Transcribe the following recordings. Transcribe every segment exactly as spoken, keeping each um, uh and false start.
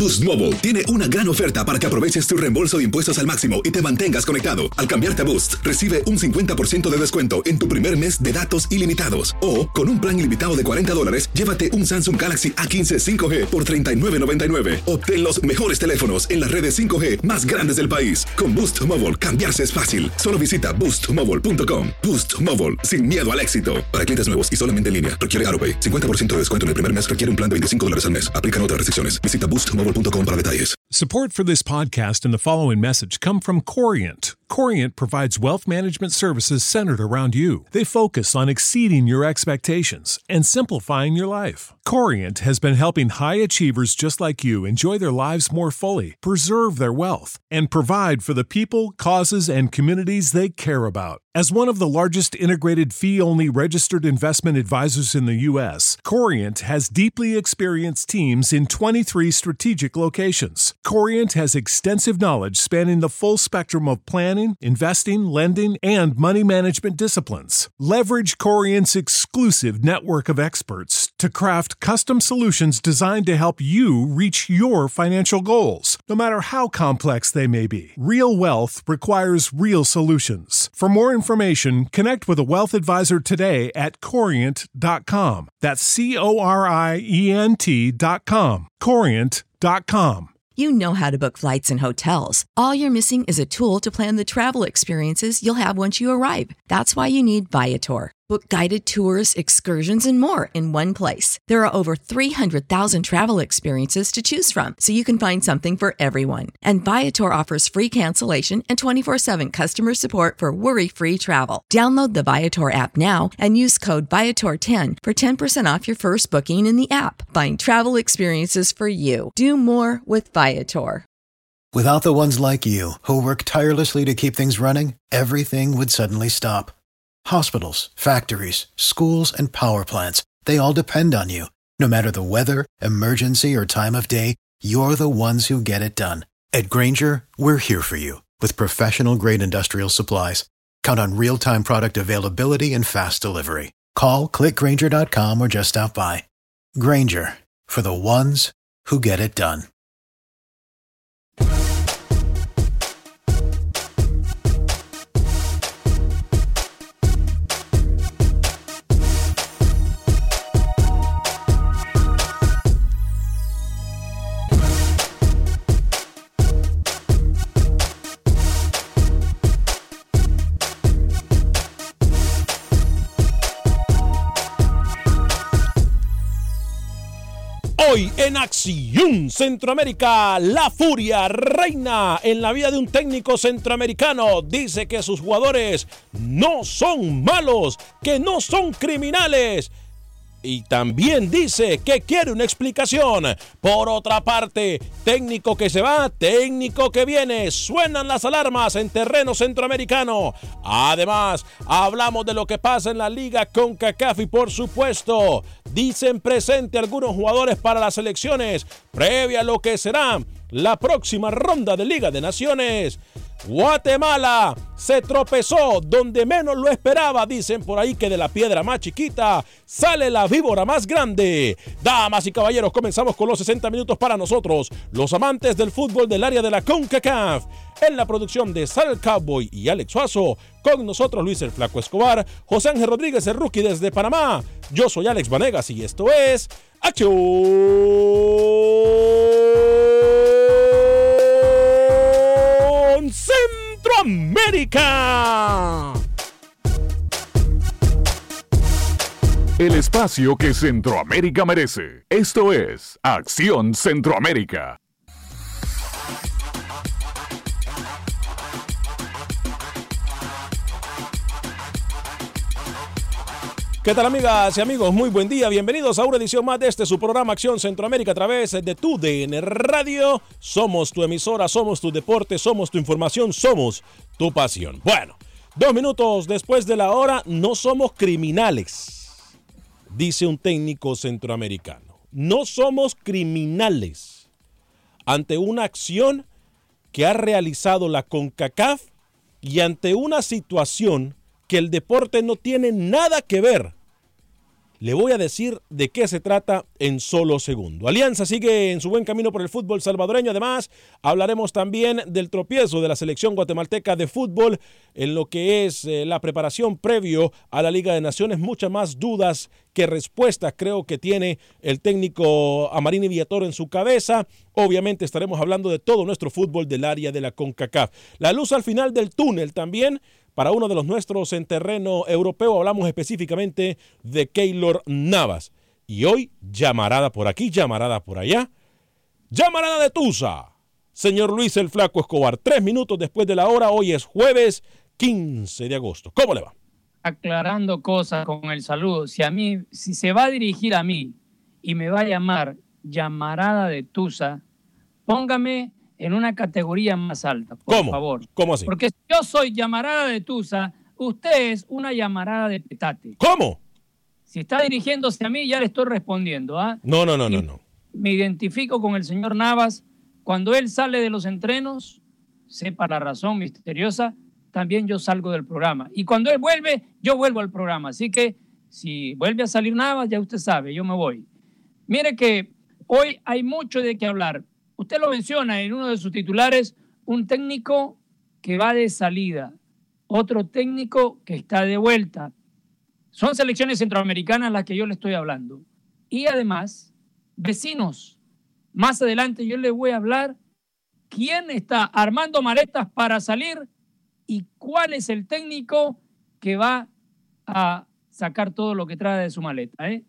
Boost Mobile tiene una gran oferta para que aproveches tu reembolso de impuestos al máximo y te mantengas conectado. Al cambiarte a Boost, recibe un cincuenta por ciento de descuento en tu primer mes de datos ilimitados. O, con un plan ilimitado de cuarenta dólares, llévate un Samsung Galaxy A quince cinco G por treinta y nueve noventa y nueve. Obtén los mejores teléfonos en las redes cinco G más grandes del país. Con Boost Mobile, cambiarse es fácil. Solo visita boost mobile punto com. Boost Mobile, sin miedo al éxito. Para clientes nuevos y solamente en línea, requiere AutoPay. cincuenta por ciento de descuento en el primer mes requiere un plan de veinticinco dólares al mes. Aplican otras restricciones. Visita boost mobile punto com para detalles. Support for this podcast and the following message come from Corient. Corient provides wealth management services centered around you. They focus on exceeding your expectations and simplifying your life. Corient has been helping high achievers just like you enjoy their lives more fully, preserve their wealth, and provide for the people, causes, and communities they care about. As one of the largest integrated fee-only registered investment advisors in the U S, Corient has deeply experienced teams in twenty-three strategic locations. Corient has extensive knowledge spanning the full spectrum of planning, investing, lending, and money management disciplines. Leverage Corient's exclusive network of experts to craft custom solutions designed to help you reach your financial goals, no matter how complex they may be. Real wealth requires real solutions. For more information, connect with a wealth advisor today at corient dot com. That's C O R I E N T dot com. corient dot com. You know how to book flights and hotels. All you're missing is a tool to plan the travel experiences you'll have once you arrive. That's why you need Viator. Book guided tours, excursions, and more in one place. There are over three hundred thousand travel experiences to choose from, so you can find something for everyone. And Viator offers free cancellation and twenty-four seven customer support for worry-free travel. Download the Viator app now and use code Viator ten for ten percent off your first booking in the app. Find travel experiences for you. Do more with Viator. Without the ones like you, who work tirelessly to keep things running, everything would suddenly stop. Hospitals, factories, schools, and power plants, they all depend on you. No matter the weather, emergency, or time of day, you're the ones who get it done. At Grainger, we're here for you with professional-grade industrial supplies. Count on real-time product availability and fast delivery. Call, click grainger dot com, or just stop by. Grainger, for the ones who get it done. Hoy en Acción Centroamérica, la furia reina en la vida de un técnico centroamericano. Dice que sus jugadores no son malos, que no son criminales. Y también dice que quiere una explicación. Por otra parte, técnico que se va, técnico que viene. Suenan las alarmas en terreno centroamericano. Además, hablamos de lo que pasa en la Liga CONCACAF y, por supuesto, dicen presente algunos jugadores para las selecciones previa a lo que será la próxima ronda de Liga de Naciones. Guatemala se tropezó donde menos lo esperaba. Dicen por ahí que de la piedra más chiquita sale la víbora más grande. Damas y caballeros, comenzamos con los sesenta minutos para nosotros, los amantes del fútbol del área de la CONCACAF. En la producción de Sal Cowboy y Alex Suazo, con nosotros Luis el Flaco Escobar, José Ángel Rodríguez, el rookie desde Panamá. Yo soy Alex Vanegas y esto es Acción Centroamérica. El espacio que Centroamérica merece. Esto es Acción Centroamérica. ¿Qué tal, amigas y amigos? Muy buen día, bienvenidos a una edición más de este su programa Acción Centroamérica a través de tu D N Radio. Somos tu emisora, somos tu deporte, somos tu información, somos tu pasión. Bueno, dos minutos después de la hora, no somos criminales, dice un técnico centroamericano. No somos criminales ante una acción que ha realizado la CONCACAF y ante una situación que el deporte no tiene nada que ver. Le voy a decir de qué se trata en solo segundo. Alianza sigue en su buen camino por el fútbol salvadoreño. Además, hablaremos también del tropiezo de la selección guatemalteca de fútbol en lo que es eh, la preparación previo a la Liga de Naciones. Muchas más dudas que respuestas creo que tiene el técnico Amarini Villatoro en su cabeza. Obviamente estaremos hablando de todo nuestro fútbol del área de la CONCACAF. La luz al final del túnel también para uno de los nuestros en terreno europeo. Hablamos específicamente de Keylor Navas. Y hoy, llamarada por aquí, llamarada por allá. Llamarada de Tusa. Señor Luis el Flaco Escobar, tres minutos después de la hora. Hoy es jueves quince de agosto. ¿Cómo le va? Aclarando cosas con el saludo. Si a mí, si se va a dirigir a mí y me va a llamar llamarada de Tusa, póngame en una categoría más alta, por ¿Cómo? favor. ¿Cómo así? Porque si yo soy llamarada de Tusa, usted es una llamarada de petate. ¿Cómo? Si está dirigiéndose a mí, ya le estoy respondiendo. ¿ah? No, no, no, Y no, no. Me identifico con el señor Navas. Cuando él sale de los entrenos, sepa la razón misteriosa, también yo salgo del programa. Y cuando él vuelve, yo vuelvo al programa. Así que si vuelve a salir Navas, ya usted sabe, yo me voy. Mire que hoy hay mucho de qué hablar. Usted lo menciona en uno de sus titulares, un técnico que va de salida, otro técnico que está de vuelta. Son selecciones centroamericanas las que yo le estoy hablando. Y además, vecinos. Más adelante yo les voy a hablar quién está armando maletas para salir y cuál es el técnico que va a sacar todo lo que trae de su maleta. ¿eh?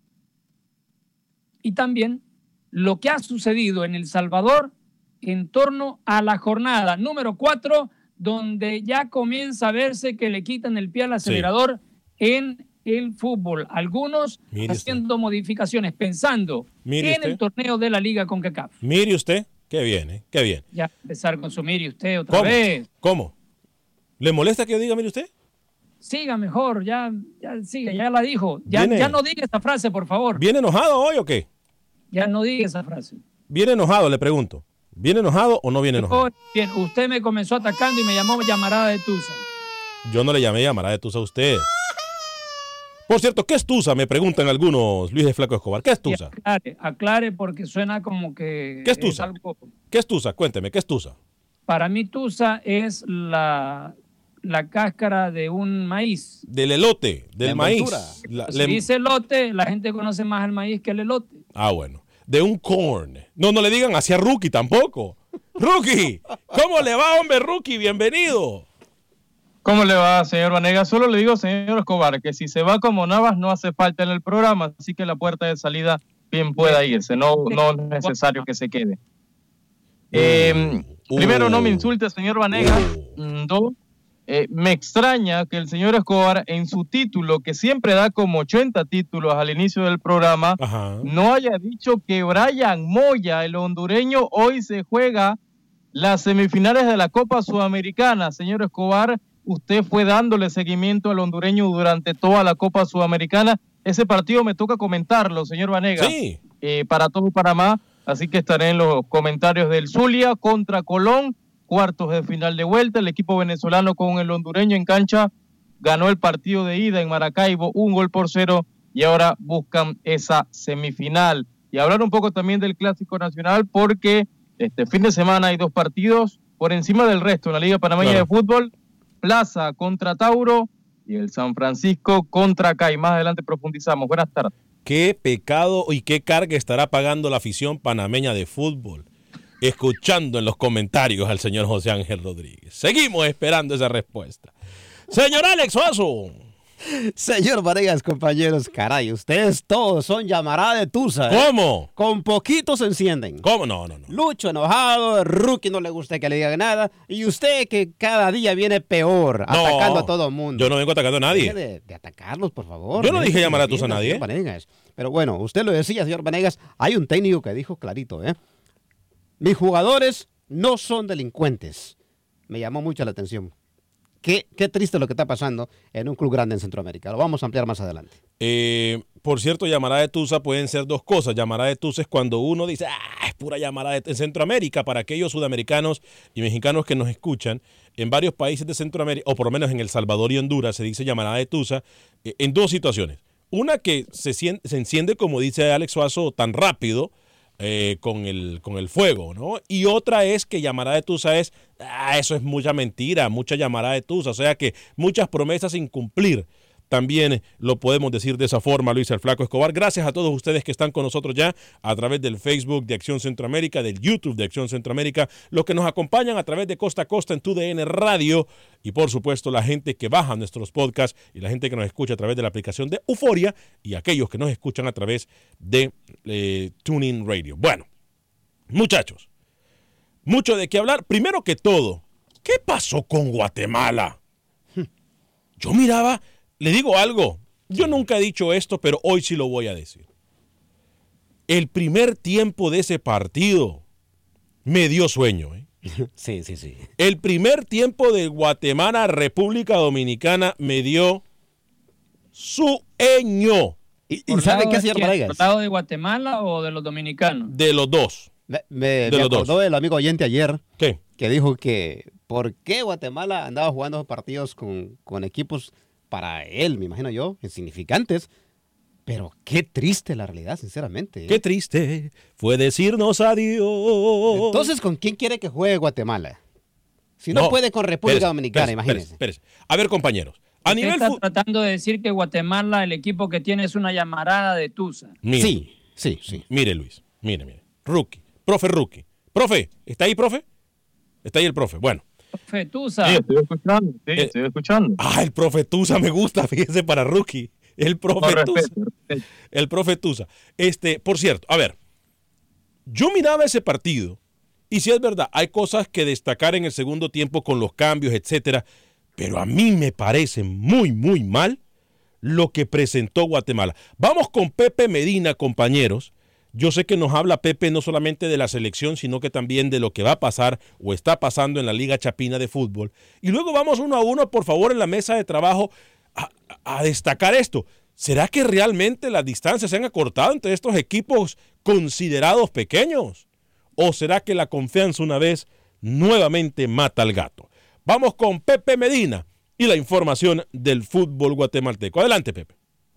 Y también lo que ha sucedido en El Salvador en torno a la jornada número cuatro, donde ya comienza a verse que le quitan el pie al acelerador sí. en el fútbol. Algunos Mire haciendo usted. modificaciones, pensando Mire en usted. el torneo de la Liga CONCACAF. Mire usted, qué bien, ¿eh? qué bien. Ya empezar con su mire usted otra ¿Cómo? vez. ¿Cómo? ¿Le molesta que yo diga mire usted? Siga mejor, ya, ya siga, ya la dijo. Ya, ya no diga esa frase, por favor. ¿Viene enojado hoy o qué? Ya no diga esa frase. ¿Viene enojado, le pregunto? ¿Viene enojado o no viene enojado? Bien, usted me comenzó atacando y me llamó llamarada de Tusa. Yo no le llamé llamarada de Tusa a usted. Por cierto, ¿qué es Tusa? Me preguntan algunos, Luis de Flaco Escobar. ¿Qué es Tusa? Aclare, aclare porque suena como que... ¿Qué es Tusa? Es algo... ¿Qué es Tusa? Cuénteme, ¿qué es Tusa? Para mí Tusa es la, la cáscara de un maíz. Del elote, del maíz. La, si le... dice elote, la gente conoce más el maíz que el elote. Ah, bueno. De un corn. No, no le digan hacia Rookie tampoco. Rookie, ¿cómo le va, hombre, Rookie? Bienvenido. ¿Cómo le va, señor Vanegas? Solo le digo, señor Escobar, que si se va como Navas no hace falta en el programa, así que la puerta de salida bien pueda irse, no, no es necesario que se quede. Eh, uh, primero, no me insulte, señor Vanegas. Uh, Dos, eh, me extraña que el señor Escobar, en su título, que siempre da como ochenta títulos al inicio del programa, Ajá. no haya dicho que Brian Moya, el hondureño, hoy se juega las semifinales de la Copa Sudamericana. Señor Escobar, usted fue dándole seguimiento al hondureño durante toda la Copa Sudamericana. Ese partido me toca comentarlo, señor Vanegas, sí. eh, para todo Panamá. Así que estaré en los comentarios del Zulia contra Colón, cuartos de final de vuelta. El equipo venezolano con el hondureño en cancha ganó el partido de ida en Maracaibo, un gol por cero, y ahora buscan esa semifinal. Y hablar un poco también del Clásico Nacional, porque este fin de semana hay dos partidos por encima del resto en la Liga Panameña claro. de Fútbol. Plaza contra Tauro y el San Francisco contra Cay. Más adelante profundizamos. Buenas tardes. Qué pecado y qué carga estará pagando la afición panameña de fútbol. Escuchando en los comentarios al señor José Ángel Rodríguez. Seguimos esperando esa respuesta. Señor Alex Oazo. Señor Vanegas, compañeros, caray, ustedes todos son llamarada de Tusa. ¿eh? ¿Cómo? Con poquitos se encienden. ¿Cómo? No, no, no. Lucho enojado, Rookie no le gusta que le diga nada, y usted que cada día viene peor, no, atacando a todo el mundo. Yo no vengo atacando a nadie. De, de atacarlos, por favor. Yo no dije llamar a Tusa a nadie. Vanegas. Pero bueno, usted lo decía, señor Vanegas, hay un técnico que dijo clarito, ¿eh? Mis jugadores no son delincuentes. Me llamó mucho la atención. Qué, qué triste lo que está pasando en un club grande en Centroamérica. Lo vamos a ampliar más adelante. Eh, por cierto, llamarada de Tusa pueden ser dos cosas. Llamarada de Tusa es cuando uno dice, ah, es pura llamarada de... En Centroamérica, para aquellos sudamericanos y mexicanos que nos escuchan, en varios países de Centroamérica, o por lo menos en El Salvador y Honduras, se dice llamarada de Tusa eh, en dos situaciones. Una que se, se enciende, como dice Alex Suazo, tan rápido eh, con, el, con el fuego, ¿no? Y otra es que llamará de Tusa es, ah, eso es mucha mentira, mucha llamará de Tusa, o sea que muchas promesas sin cumplir. También lo podemos decir de esa forma, Luis el Flaco Escobar. Gracias a todos ustedes que están con nosotros ya a través del Facebook de Acción Centroamérica, del YouTube de Acción Centroamérica, los que nos acompañan a través de Costa a Costa en T U D N Radio y por supuesto la gente que baja nuestros podcasts y la gente que nos escucha a través de la aplicación de Euforia y aquellos que nos escuchan a través de eh, TuneIn Radio. Bueno, muchachos, mucho de qué hablar. Primero que todo, ¿qué pasó con Guatemala? Yo miraba... Le digo algo, yo nunca he dicho esto, pero hoy sí lo voy a decir. El primer tiempo de ese partido me dio sueño. ¿eh? Sí, sí, sí. El primer tiempo de Guatemala, República Dominicana, me dio sueño. ¿Y, y sabe qué, señor Vargas? ¿Por el lado de Guatemala o de los dominicanos? De los dos. Me, me, de me los acordó dos. el amigo oyente ayer. ¿Qué? Que dijo que ¿por qué Guatemala andaba jugando partidos con, con equipos... para él, me imagino yo, insignificantes, pero qué triste la realidad, sinceramente. ¿eh? Qué triste fue decirnos adiós. Entonces, ¿con quién quiere que juegue Guatemala? Si no, no puede con República espérese, Dominicana, espérese, imagínense. Espérese, espérese. A ver, compañeros. A Usted nivel está fu- tratando de decir que Guatemala, el equipo que tiene es una llamarada de Tusa. Mire, sí, sí, sí. Mire, Luis, mire, mire. Rookie, profe Rookie. Profe, ¿está ahí, profe? ¿Está ahí el profe? Bueno. Profe Tusa. Sí, estoy escuchando, sí, Eh, estoy escuchando. Ah, el profe Tusa me gusta, fíjese, para Rookie. El profe No, Tusa. respeto, respeto. El profe Tusa. Este, por cierto, a ver, yo miraba ese partido y si es verdad, hay cosas que destacar en el segundo tiempo con los cambios, etcétera, pero a mí me parece muy, muy mal lo que presentó Guatemala. Vamos con Pepe Medina, compañeros. Yo sé que nos habla Pepe no solamente de la selección, sino que también de lo que va a pasar o está pasando en la Liga Chapina de Fútbol. Y luego vamos uno a uno, por favor, en la mesa de trabajo a, a destacar esto. ¿Será que realmente las distancias se han acortado entre estos equipos considerados pequeños? ¿O será que la confianza una vez nuevamente mata al gato? Vamos con Pepe Medina y la información del fútbol guatemalteco. Adelante, Pepe.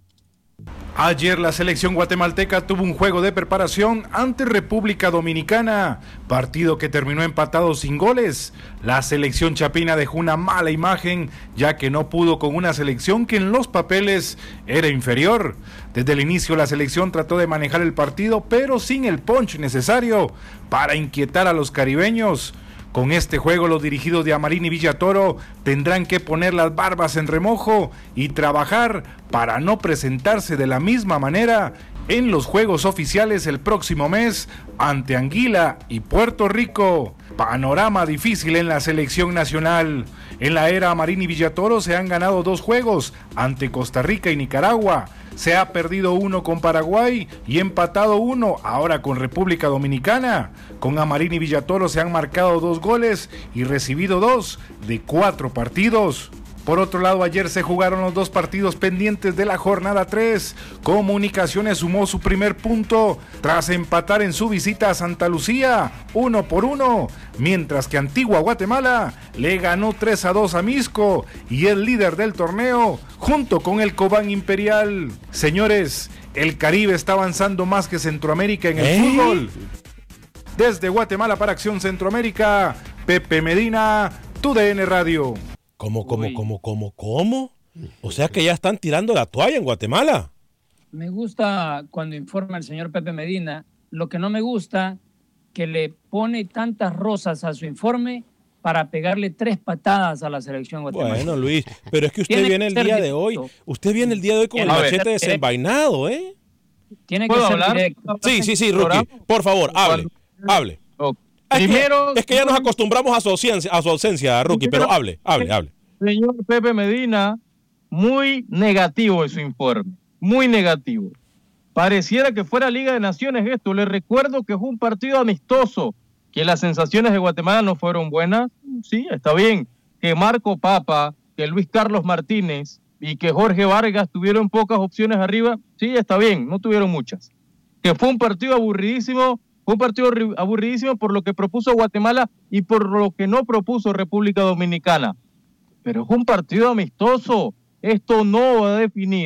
Ayer la selección guatemalteca tuvo un juego de preparación ante República Dominicana, partido que terminó empatado sin goles. La selección chapina dejó una mala imagen, ya que no pudo con una selección que en los papeles era inferior. Desde el inicio la selección trató de manejar el partido, pero sin el punch necesario para inquietar a los caribeños. Con este juego los dirigidos de Amarín y Villatoro tendrán que poner las barbas en remojo y trabajar para no presentarse de la misma manera en los juegos oficiales el próximo mes ante Anguila y Puerto Rico. Panorama difícil en la selección nacional. En la era Amarín y Villatoro se han ganado dos juegos ante Costa Rica y Nicaragua. Se ha perdido uno con Paraguay y empatado uno ahora con República Dominicana. Con Amarín y Villatoro se han marcado dos goles y recibido dos de cuatro partidos. Por otro lado, ayer se jugaron los dos partidos pendientes de la jornada tres. Comunicaciones sumó su primer punto tras empatar en su visita a Santa Lucía, uno por uno, mientras que Antigua Guatemala le ganó tres a dos a Misco y el líder del torneo, junto con el Cobán Imperial. Señores, el Caribe está avanzando más que Centroamérica en el ¿Eh? fútbol. Desde Guatemala para Acción Centroamérica, Pepe Medina, T U D N Radio. ¿Cómo, cómo, Uy. cómo, cómo, cómo? O sea que ya están tirando la toalla en Guatemala. Me gusta cuando informa el señor Pepe Medina. Lo que no me gusta, que le pone tantas rosas a su informe para pegarle tres patadas a la selección guatemalteca. Bueno, Luis, pero es que usted Tiene viene que el ser día de hoy. directo. Usted viene el día de hoy con el A ver, machete directo. desenvainado, ¿eh? Tiene que ¿Puedo ser hablar? directo. Sí, sí, sí, Rookie. Por favor, hable, hable. Ok. Es que- Primero, es que ya nos acostumbramos a su ausencia, a su ausencia, Rookie, pero Primero- hable, hable, hable. señor Pepe Medina, muy negativo en su informe, muy negativo. Pareciera que fuera Liga de Naciones esto. Le recuerdo que fue un partido amistoso, que las sensaciones de Guatemala no fueron buenas. Sí, está bien. Que Marco Papa, que Luis Carlos Martínez y que Jorge Vargas tuvieron pocas opciones arriba. Sí, está bien, no tuvieron muchas. Que fue un partido aburridísimo, fue un partido ri- aburridísimo por lo que propuso Guatemala y por lo que no propuso República Dominicana. Pero es un partido amistoso. Esto no va a definir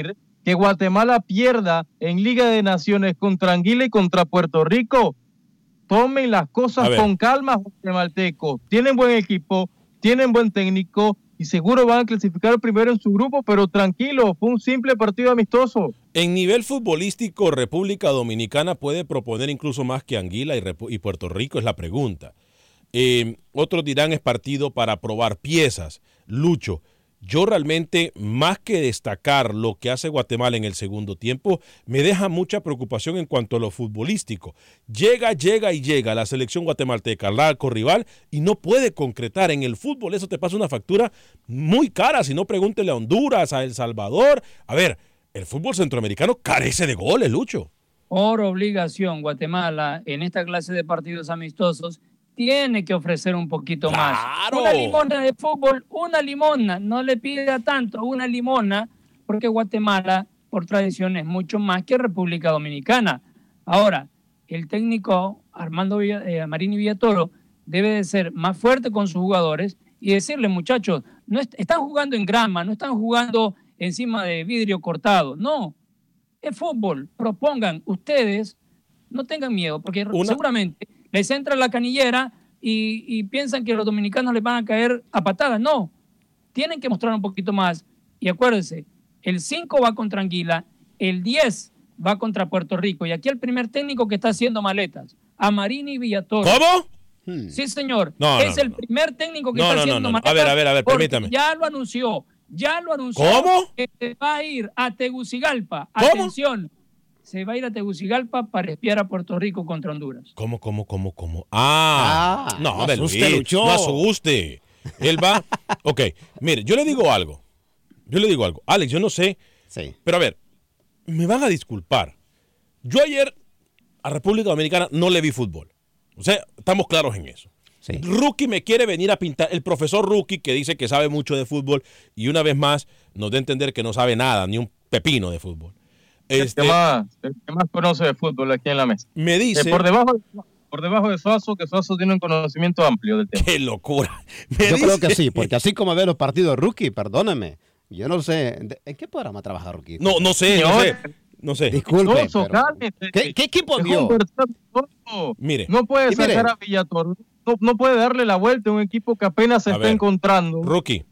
que Guatemala pierda en Liga de Naciones contra Anguila y contra Puerto Rico. Tomen las cosas con calma, guatemaltecos. Tienen buen equipo, tienen buen técnico y seguro van a clasificar primero en su grupo, pero tranquilo, fue un simple partido amistoso. En nivel futbolístico, República Dominicana puede proponer incluso más que Anguila y, Repu- y Puerto Rico, es la pregunta. Eh, otros dirán es partido para probar piezas. Lucho, yo realmente, más que destacar lo que hace Guatemala en el segundo tiempo, me deja mucha preocupación en cuanto a lo futbolístico. Llega, llega y llega la selección guatemalteca al arco rival y no puede concretar. En el fútbol eso te pasa una factura muy cara, si no pregúntele a Honduras, a El Salvador. A ver, el fútbol centroamericano carece de goles, Lucho. Por obligación, Guatemala, en esta clase de partidos amistosos, tiene que ofrecer un poquito ¡Claro! más. Una limona de fútbol, una limona, no le pida tanto, una limona, porque Guatemala, por tradición, es mucho más que República Dominicana. Ahora, el técnico Armando Villa, eh, Marini Villatoro debe de ser más fuerte con sus jugadores y decirle, muchachos, no est- están jugando en grama, no están jugando encima de vidrio cortado, no, es fútbol, propongan, ustedes no tengan miedo, porque Una... seguramente les entra la canillera y, y piensan que los dominicanos les van a caer a patadas. No, tienen que mostrar un poquito más. Y acuérdense, el cinco va contra Anguila, el diez va contra Puerto Rico. Y aquí el primer técnico que está haciendo maletas, a Marini Villatoro. ¿Cómo? Hmm. Sí, señor. No, es no, el no. primer técnico que No, está no, haciendo no, no. maletas. A ver, a ver, a ver, porque permítame. Ya lo anunció. Ya lo anunció. ¿Cómo? Que se va a ir a Tegucigalpa. ¿Cómo? Atención. Se va a ir a Tegucigalpa para espiar a Puerto Rico contra Honduras. ¿Cómo, cómo, cómo, cómo? Ah, Ah, no, no no asuste, Lucho. no asuste. Él va. Ok, mire, yo le digo algo. Yo le digo algo. Alex, yo no sé. Sí. Pero a ver, me van a disculpar. Yo ayer a República Dominicana no le vi fútbol. O sea, estamos claros en eso. Sí. Rookie me quiere venir a pintar. El profesor Rookie que dice que sabe mucho de fútbol y una vez más nos da a entender que no sabe nada, ni un pepino de fútbol. Este, el, que más, el que más conoce de fútbol aquí en la mesa. Me dice... Eh, por, debajo, por debajo de Suazo, que Suazo tiene un conocimiento amplio del tema. ¡Qué locura! Me Yo dice... creo que sí, porque así como ve los partidos Rookie, perdóname, yo no sé, ¿en qué programa trabaja Rookie? No, no sé, no sé. No sé. Disculpe, Suazo, pero- cálmese. ¿Qué, qué equipo Es vio? un versátil. Mire. No puede Y mire. sacar a Villatoro. No, no puede darle la vuelta a un equipo que apenas se A está ver, encontrando. Rookie,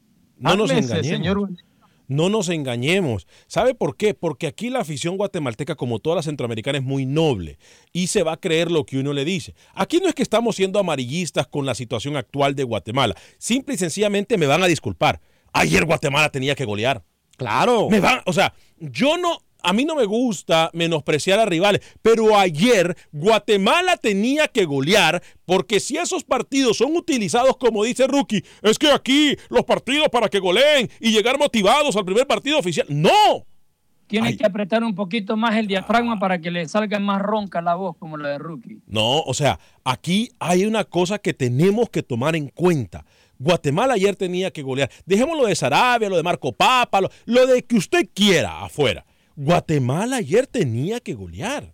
no nos Cálmese, engañemos. señor. No nos engañemos. ¿Sabe por qué? Porque aquí la afición guatemalteca, como toda la centroamericana, es muy noble y se va a creer lo que uno le dice. Aquí no es que estamos siendo amarillistas con la situación actual de Guatemala. Simple y sencillamente me van a disculpar. Ayer Guatemala tenía que golear. Claro. Me van, o sea, yo no, a mí no me gusta menospreciar a rivales, pero ayer Guatemala tenía que golear porque si esos partidos son utilizados como dice Rookie, es que aquí los partidos para que goleen y llegar motivados al primer partido oficial. ¡No! Tiene Ay. que apretar un poquito más el diafragma para que le salga más ronca la voz como la de Rookie. No, o sea, aquí hay una cosa que tenemos que tomar en cuenta. Guatemala ayer tenía que golear. Dejemos lo de Sarabia, lo de Marco Papa, lo, lo de que usted quiera afuera. Guatemala ayer tenía que golear.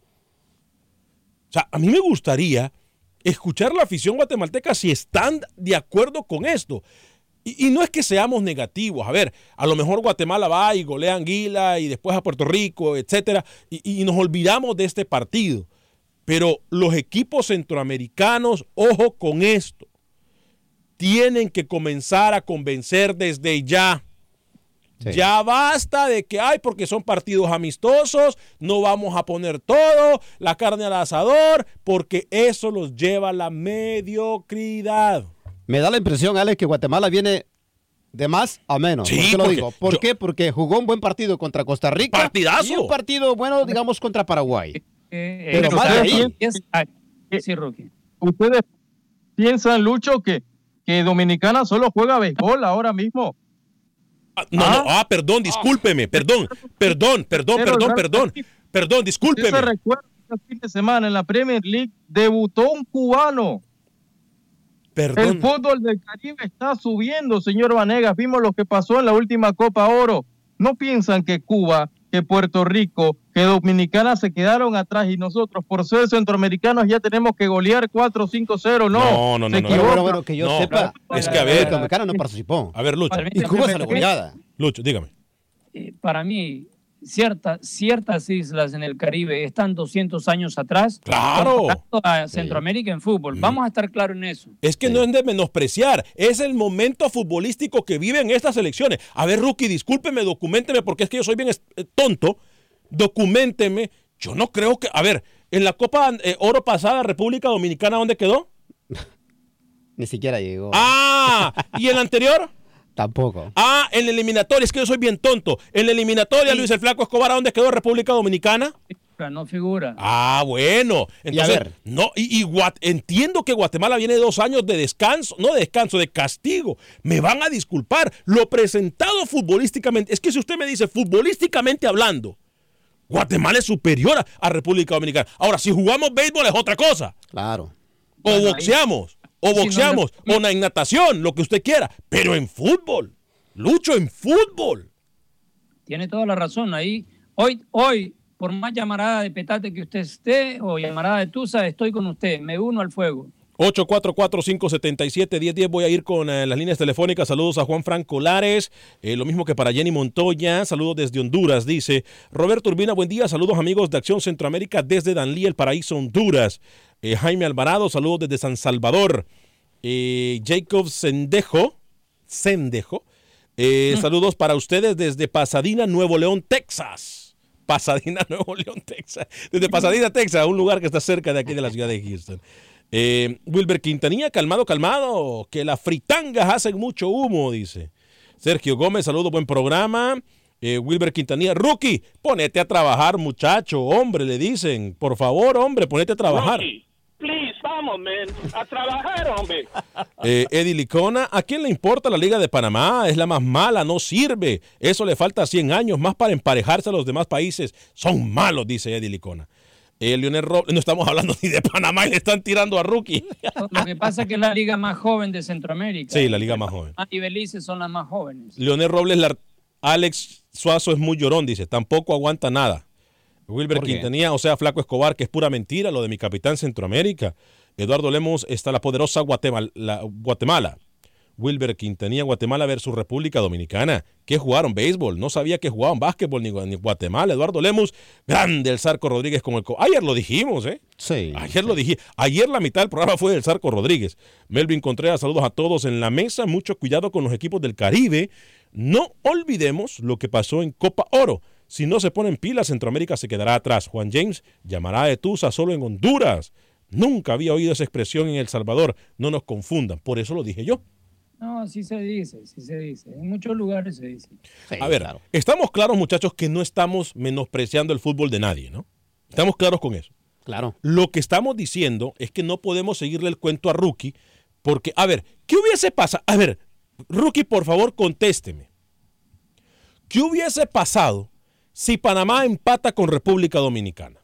O sea, a mí me gustaría escuchar a la afición guatemalteca si están de acuerdo con esto. Y, y no es que seamos negativos. A ver, a lo mejor Guatemala va y golea a Anguila y después a Puerto Rico, etcétera, y, y nos olvidamos de este partido. Pero los equipos centroamericanos, ojo con esto, tienen que comenzar a convencer desde ya. Sí. Ya basta de que hay, porque son partidos amistosos, no vamos a poner todo, la carne al asador, porque eso los lleva a la mediocridad. Me da la impresión, Alex, que Guatemala viene de más a menos. Sí, ¿Por qué lo porque digo? ¿Por yo- qué? Porque jugó un buen partido contra Costa Rica. ¡Partidazo! Y un partido bueno, digamos, contra Paraguay. Eh, Pero eh, más de ahí. es- ah, sí, Rookie. Ustedes piensan, Lucho, que, que Dominicana solo juega béisbol ahora mismo. Ah, no, ¿Ah? no, ah, perdón, discúlpeme, perdón, perdón, perdón, Pero perdón, el- perdón, perdón, Usted discúlpeme. se recuerda que el fin de semana en la Premier League debutó un cubano. El Perdón. fútbol del Caribe está subiendo, señor Vanegas. Vimos lo que pasó en la última Copa Oro. ¿No piensan que Cuba, que Puerto Rico, que Dominicana se quedaron atrás y nosotros, por ser centroamericanos, ya tenemos que golear cuatro cinco cero? No, No, no, no, se no. Bueno, equivoca. bueno, bueno, que yo No, sepa. es que a el ver. Dominicano no participó. A ver, Lucho, Y Cuba salió goleada. Lucho, dígame. Eh, para mí, cierta, ciertas islas en el Caribe están doscientos años atrás. ¡Claro! A Centroamérica en fútbol. Mm. Vamos a estar claros en eso. Es que sí. No es de menospreciar. Es el momento futbolístico que viven estas selecciones. A ver, Rookie, discúlpeme, documenteme, porque es que yo soy bien tonto. Documenteme. Yo no creo que... A ver, en la Copa eh, Oro pasada, República Dominicana, ¿dónde quedó? Ni siquiera llegó. ¡Ah! ¿Y en la anterior? Tampoco. Ah, en la eliminatoria, es que yo soy bien tonto. En la eliminatoria, sí. Luis el Flaco Escobar, ¿a dónde quedó República Dominicana? No figura. Ah, bueno. Entonces, y a ver. No, y, y Guat, entiendo que Guatemala viene de dos años de descanso, no de descanso, de castigo. Me van a disculpar. Lo presentado futbolísticamente, es que si usted me dice futbolísticamente hablando, Guatemala es superior a, a República Dominicana. Ahora, si jugamos béisbol es otra cosa. Claro. O bueno, boxeamos. Ahí. O boxeamos, sí, no, no. o en natación, lo que usted quiera, pero en fútbol, Lucho, en fútbol. Tiene toda la razón ahí. Hoy, hoy, por más llamarada de petate que usted esté, o llamarada de tusa, estoy con usted, me uno al fuego. ocho cuatro cuatro, cinco siete siete, uno cero uno cero, voy a ir con eh, las líneas telefónicas. Saludos a Juan Franco Lares, eh, lo mismo que para Jenny Montoya, saludos desde Honduras, dice Roberto Urbina, buen día, saludos amigos de Acción Centroamérica desde Danlí, El Paraíso, Honduras. Eh, Jaime Alvarado, saludos desde San Salvador. Eh, Jacob Sendejo, Sendejo, eh, mm. saludos para ustedes desde Pasadena, Nuevo León, Texas. Pasadena, Nuevo León, Texas. Desde Pasadena, Texas, un lugar que está cerca de aquí de la ciudad de Houston. Eh, Wilber Quintanilla, calmado, calmado, que las fritangas hacen mucho humo, dice. Sergio Gómez, saludos, buen programa. Eh, Wilber Quintanilla, Rookie, ponete a trabajar, muchacho, hombre, le dicen. Por favor, hombre, ponete a trabajar. Rookie, please, vamos, man, a trabajar, hombre. Eh, Eddie Licona, ¿a quién le importa la Liga de Panamá? Es la más mala, no sirve. Eso le falta cien años más para emparejarse a los demás países. Son malos, dice Eddie Licona. Eh, Leonel Robles, no estamos hablando ni de Panamá y le están tirando a Rookie. Lo que pasa es que es la liga más joven de Centroamérica. Sí, la liga más joven. Panamá y Belice son las más jóvenes. Leonel Robles, la, Alex Suazo es muy llorón, dice, tampoco aguanta nada. Wilber Quintanilla, o sea, Flaco Escobar, que es pura mentira lo de mi capitán Centroamérica. Eduardo Lemos, está la poderosa Guatemala. La, Guatemala. Wilber Quintanilla, Guatemala versus República Dominicana. ¿Qué jugaron? Béisbol. No sabía que jugaban básquetbol ni, ni Guatemala. Eduardo Lemos, grande el Zarco Rodríguez con el... Co Ayer lo dijimos, ¿eh? Sí. Ayer sí. lo dije. Ayer la mitad del programa fue del Zarco Rodríguez. Melvin Contreras, saludos a todos en la mesa. Mucho cuidado con los equipos del Caribe. No olvidemos lo que pasó en Copa Oro. Si no se ponen pilas, Centroamérica se quedará atrás. Juan James, llamará de Tusa solo en Honduras. Nunca había oído esa expresión en El Salvador. No nos confundan. Por eso lo dije yo. No, sí se dice, sí se dice. En muchos lugares se dice. Sí, a ver, claro. Estamos claros, muchachos, que no estamos menospreciando el fútbol de nadie, ¿no? Estamos claros con eso. Claro. Lo que estamos diciendo es que no podemos seguirle el cuento a Rookie porque, a ver, ¿qué hubiese pasado? A ver, Rookie, por favor, contésteme. ¿Qué hubiese pasado si Panamá empata con República Dominicana?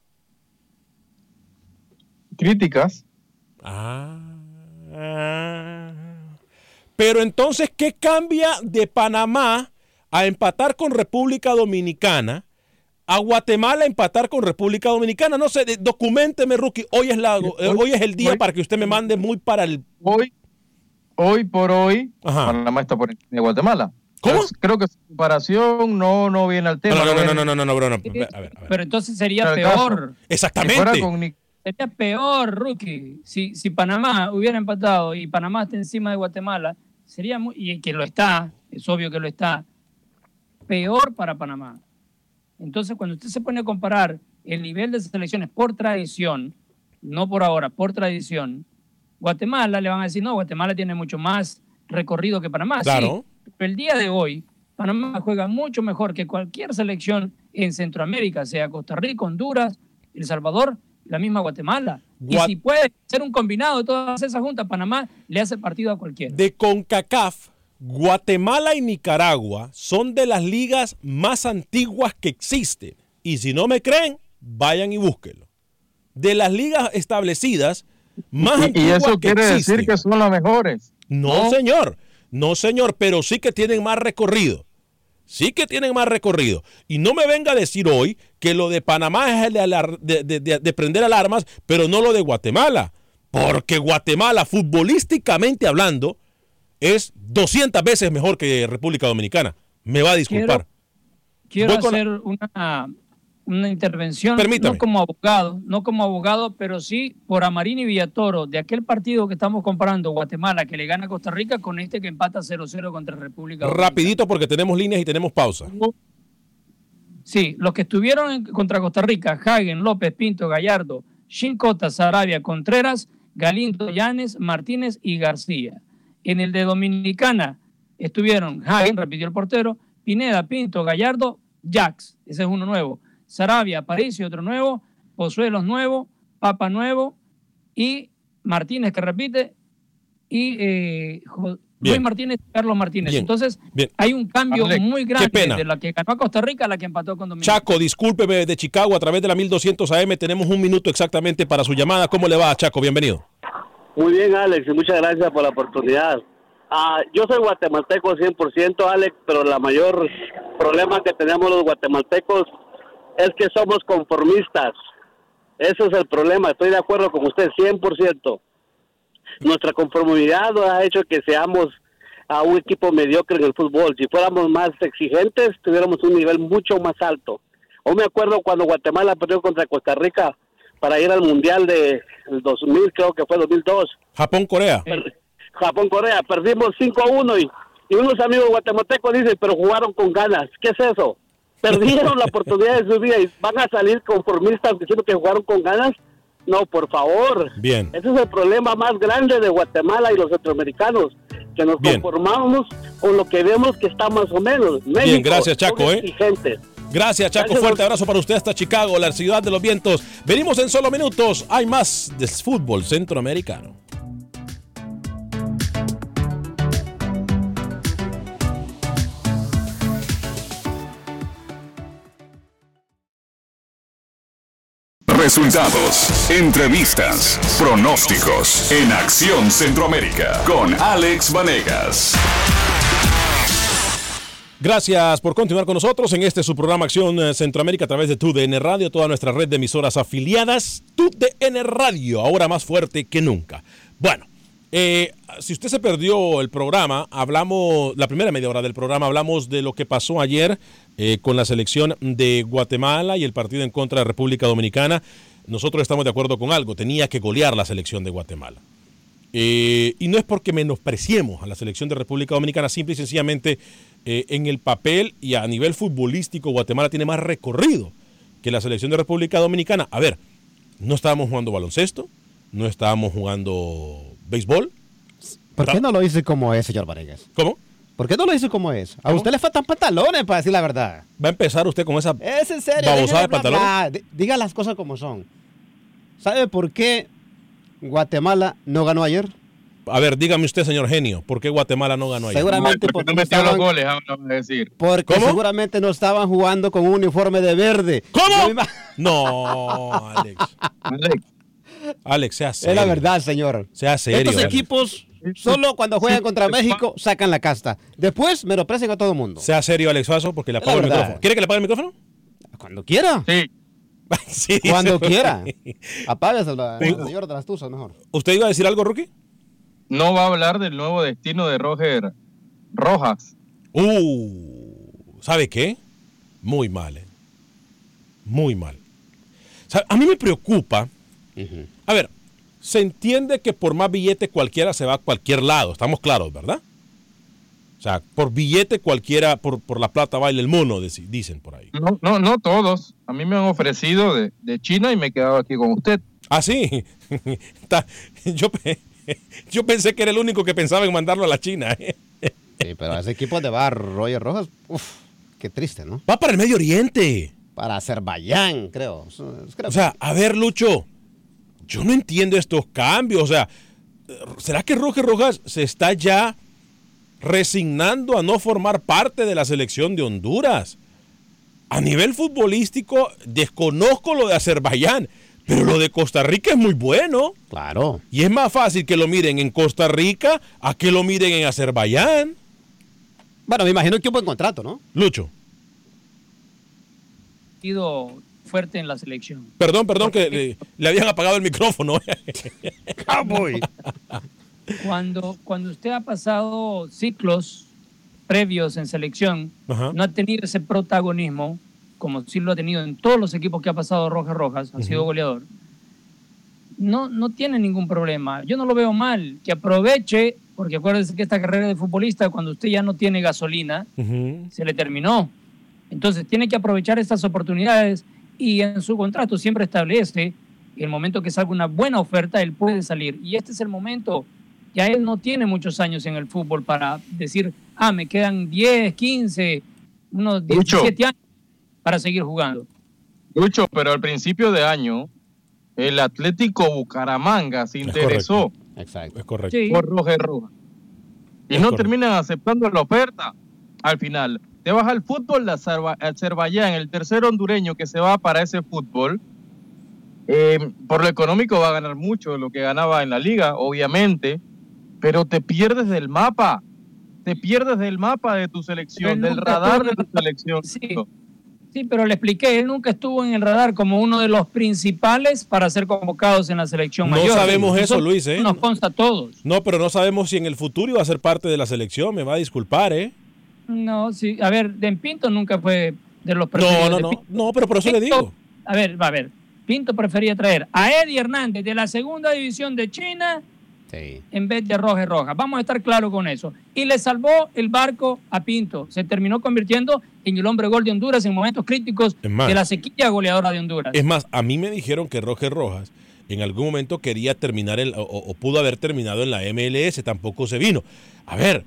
Críticas. Ah. ah. Pero entonces, ¿qué cambia de Panamá a empatar con República Dominicana, a Guatemala a empatar con República Dominicana? No sé, documenteme, Rookie. Hoy es, la, hoy, hoy es el día hoy, para que usted me mande muy para el... Hoy, hoy por hoy, Ajá. Panamá está por encima de Guatemala. ¿Cómo? Entonces, creo que su comparación no, no viene al tema. No, no, no, no, no, no, no, no, bro, no. A ver, a ver. Pero entonces sería Pero peor. Caso, Exactamente. Con... Sería peor, Rookie. Si, si Panamá hubiera empatado y Panamá está encima de Guatemala, sería muy, y que lo está, es obvio que lo está, peor para Panamá. Entonces, cuando usted se pone a comparar el nivel de selecciones por tradición, no por ahora, por tradición, Guatemala le van a decir, no, Guatemala tiene mucho más recorrido que Panamá. Claro. Sí, pero el día de hoy, Panamá juega mucho mejor que cualquier selección en Centroamérica, sea Costa Rica, Honduras, El Salvador, la misma Guatemala. Guat- y si puede ser un combinado de todas esas juntas, Panamá le hace partido a cualquiera. De CONCACAF, Guatemala y Nicaragua son de las ligas más antiguas que existen. Y si no me creen, vayan y búsquenlo. De las ligas establecidas más y, antiguas y eso que quiere existen. decir que son las mejores. No, no, señor. No, señor, pero sí que tienen más recorrido. Sí que tienen más recorrido. Y no me venga a decir hoy que lo de Panamá es el de, alar- de, de, de, de prender alarmas, pero no lo de Guatemala. Porque Guatemala, futbolísticamente hablando, es doscientas veces mejor que República Dominicana. Me va a disculpar. quiero hacer la... una, una intervención, Permítame. no como abogado, no como abogado, pero sí por Amarini Villatoro, de aquel partido que estamos comparando, Guatemala, que le gana a Costa Rica, con este que empata cero cero contra República Dominicana. Rapidito porque tenemos líneas y tenemos pausa. Sí, los que estuvieron en, contra Costa Rica, Hagen, López, Pinto, Gallardo, Shincota, Sarabia, Contreras, Galindo, Llanes, Martínez y García. En el de Dominicana estuvieron Hagen, repitió el portero, Pineda, Pinto, Gallardo, Jax, ese es uno nuevo, Sarabia, Aparicio, otro nuevo, Pozuelos nuevo, Papa nuevo y Martínez que repite y eh, Luis Martínez y Carlos Martínez. Bien. Entonces Bien. hay un cambio Alec, muy grande pena. de la que ganó a Costa Rica a la que empató con Dominicana. Chaco, discúlpeme, de Chicago a través de la mil doscientos A M tenemos un minuto exactamente para su llamada. ¿Cómo le va, Chaco? Bienvenido. Muy bien, Alex, y muchas gracias por la oportunidad. Ah, yo soy guatemalteco cien por ciento, Alex, pero la mayor problema que tenemos los guatemaltecos es que somos conformistas. Eso es el problema, estoy de acuerdo con usted cien por ciento. Nuestra conformidad nos ha hecho que seamos a un equipo mediocre en el fútbol. Si fuéramos más exigentes, tuviéramos un nivel mucho más alto. Aún me acuerdo cuando Guatemala perdió contra Costa Rica para ir al Mundial de dos mil, creo que fue dos mil dos. Japón-Corea. Japón-Corea, perdimos cinco a uno y, y unos amigos guatemaltecos dicen, pero jugaron con ganas. ¿Qué es eso? Perdieron la oportunidad de su vida y van a salir conformistas diciendo que jugaron con ganas. No, por favor. Bien. Ese es el problema más grande de Guatemala y los centroamericanos, que nos Bien. conformamos con lo que vemos que está más o menos. México, Bien, gracias, Chaco. son ¿eh? exigentes. Gracias, Chaco. Gracias. Fuerte abrazo para usted hasta Chicago, la ciudad de los vientos. Venimos en solo minutos. Hay más de fútbol centroamericano. Resultados, entrevistas, pronósticos en Acción Centroamérica con Alex Vanegas. Gracias por continuar con nosotros en este su programa Acción Centroamérica a través de T U D N Radio, toda nuestra red de emisoras afiliadas. T U D N Radio, ahora más fuerte que nunca. Bueno, eh, si usted se perdió el programa, hablamos, la primera media hora del programa, hablamos de lo que pasó ayer eh, con la selección de Guatemala y el partido en contra de República Dominicana. Nosotros estamos de acuerdo con algo, tenía que golear la selección de Guatemala. Eh, y no es porque menospreciemos a la selección de República Dominicana, simple y sencillamente eh, en el papel y a nivel futbolístico Guatemala tiene más recorrido que la selección de República Dominicana. A ver, no estábamos jugando baloncesto, no estábamos jugando béisbol. ¿Por qué no lo dice como es, señor Vanegas? ¿Cómo? ¿Por qué no lo dice como es? A usted le faltan pantalones, para decir la verdad. Va a empezar usted con esa Es en serio. babosada de bla, bla, pantalones. bla. Diga las cosas como son. ¿Sabe por qué Guatemala no ganó ayer? A ver, dígame usted, señor genio, ¿por qué Guatemala no ganó ayer? Seguramente porque porque no no metió estaban- los goles, ahora van a decir. Porque ¿Cómo? seguramente no estaban jugando con un uniforme de verde. ¿Cómo? Yo me ima- No, Alex. Alex, Alex, sea serio. Es la verdad, señor. Sea serio. Estos Alex. equipos solo cuando juegan contra México sacan la casta. Después menosprecian a todo el mundo. Sea serio, Alex Faso, porque le Es apago la el verdad. micrófono. ¿Quiere que le apague el micrófono? Cuando quiera. sí. Sí, dice. Cuando quiera. Apágueselo al señor de las tuzas mejor. ¿Usted iba a decir algo, Rookie? No va a hablar del nuevo destino de Roger Rojas. Uh, ¿sabe qué? Muy mal, eh. Muy mal. ¿Sabe? A mí me preocupa. A ver, se entiende que por más billete cualquiera se va a cualquier lado, estamos claros, ¿verdad? O sea, por billete cualquiera, por, por la plata baila el mono, dec- dicen por ahí. No, no, no todos. A mí me han ofrecido de, de China y me he quedado aquí con usted. Ah, sí. Está- yo, pe- yo pensé que era el único que pensaba en mandarlo a la China. ¿eh? Sí, pero a ese equipo de bar Roger Rojas, uff, qué triste, ¿no? Va para el Medio Oriente. Para Azerbaiyán, creo. creo O sea, a ver, Lucho, yo no entiendo estos cambios. O sea, ¿será que Roger Rojas se está ya resignando a no formar parte de la selección de Honduras? A nivel futbolístico, desconozco lo de Azerbaiyán, pero lo de Costa Rica es muy bueno. Claro. Y es más fácil que lo miren en Costa Rica a que lo miren en Azerbaiyán. Bueno, me imagino que un buen contrato, ¿no? Lucho, Sido fuerte en la selección. perdón, perdón, que le, le habían apagado el micrófono. Cowboy. Cuando, cuando usted ha pasado ciclos previos en selección, Ajá. no ha tenido ese protagonismo, como sí lo ha tenido en todos los equipos que ha pasado Rojas Rojas, ha Ujú. sido goleador, no, no tiene ningún problema. Yo no lo veo mal, que aproveche, porque acuérdense que esta carrera de futbolista, cuando usted ya no tiene gasolina, Ujú. se le terminó. Entonces tiene que aprovechar estas oportunidades y en su contrato siempre establece que el momento que salga una buena oferta, él puede salir. Y este es el momento. Ya él no tiene muchos años en el fútbol para decir, ah, me quedan diez, quince, unos diecisiete años para seguir jugando. Lucho, pero al principio de año, el Atlético Bucaramanga se interesó Exacto. Es correcto. Sí. por Rojas Rojas. Y Es no correcto. terminan aceptando la oferta. Al final, te vas al fútbol de Azerba- Azerbaiyán, el tercer hondureño que se va para ese fútbol. Eh, por lo económico va a ganar mucho de lo que ganaba en la liga, obviamente, pero te pierdes del mapa. Te pierdes del mapa de tu selección, Pero del nunca radar estuvo de en tu selección. Sí. Sí, pero le expliqué, él nunca estuvo en el radar como uno de los principales para ser convocados en la selección No mayor. sabemos eso, Luis, ¿eh? Nos consta a todos. No, pero no sabemos si en el futuro iba a ser parte de la selección. Me va a disculpar, ¿eh? No, sí. A ver, Den Pinto nunca fue de los No, preferidos. no, de no. Pinto. No, pero por eso le Pinto- digo. A ver, va a ver. Pinto prefería traer a Eddie Hernández de la segunda división de China Sí. en vez de Rojas Rojas. Vamos a estar claros con eso. Y le salvó el barco a Pinto. Se terminó convirtiendo en el hombre gol de Honduras en momentos críticos Es más. de la sequía goleadora de Honduras. Es más, a mí me dijeron que Roger Rojas en algún momento quería terminar el, o, o pudo haber terminado en la M L S, tampoco se vino. A ver,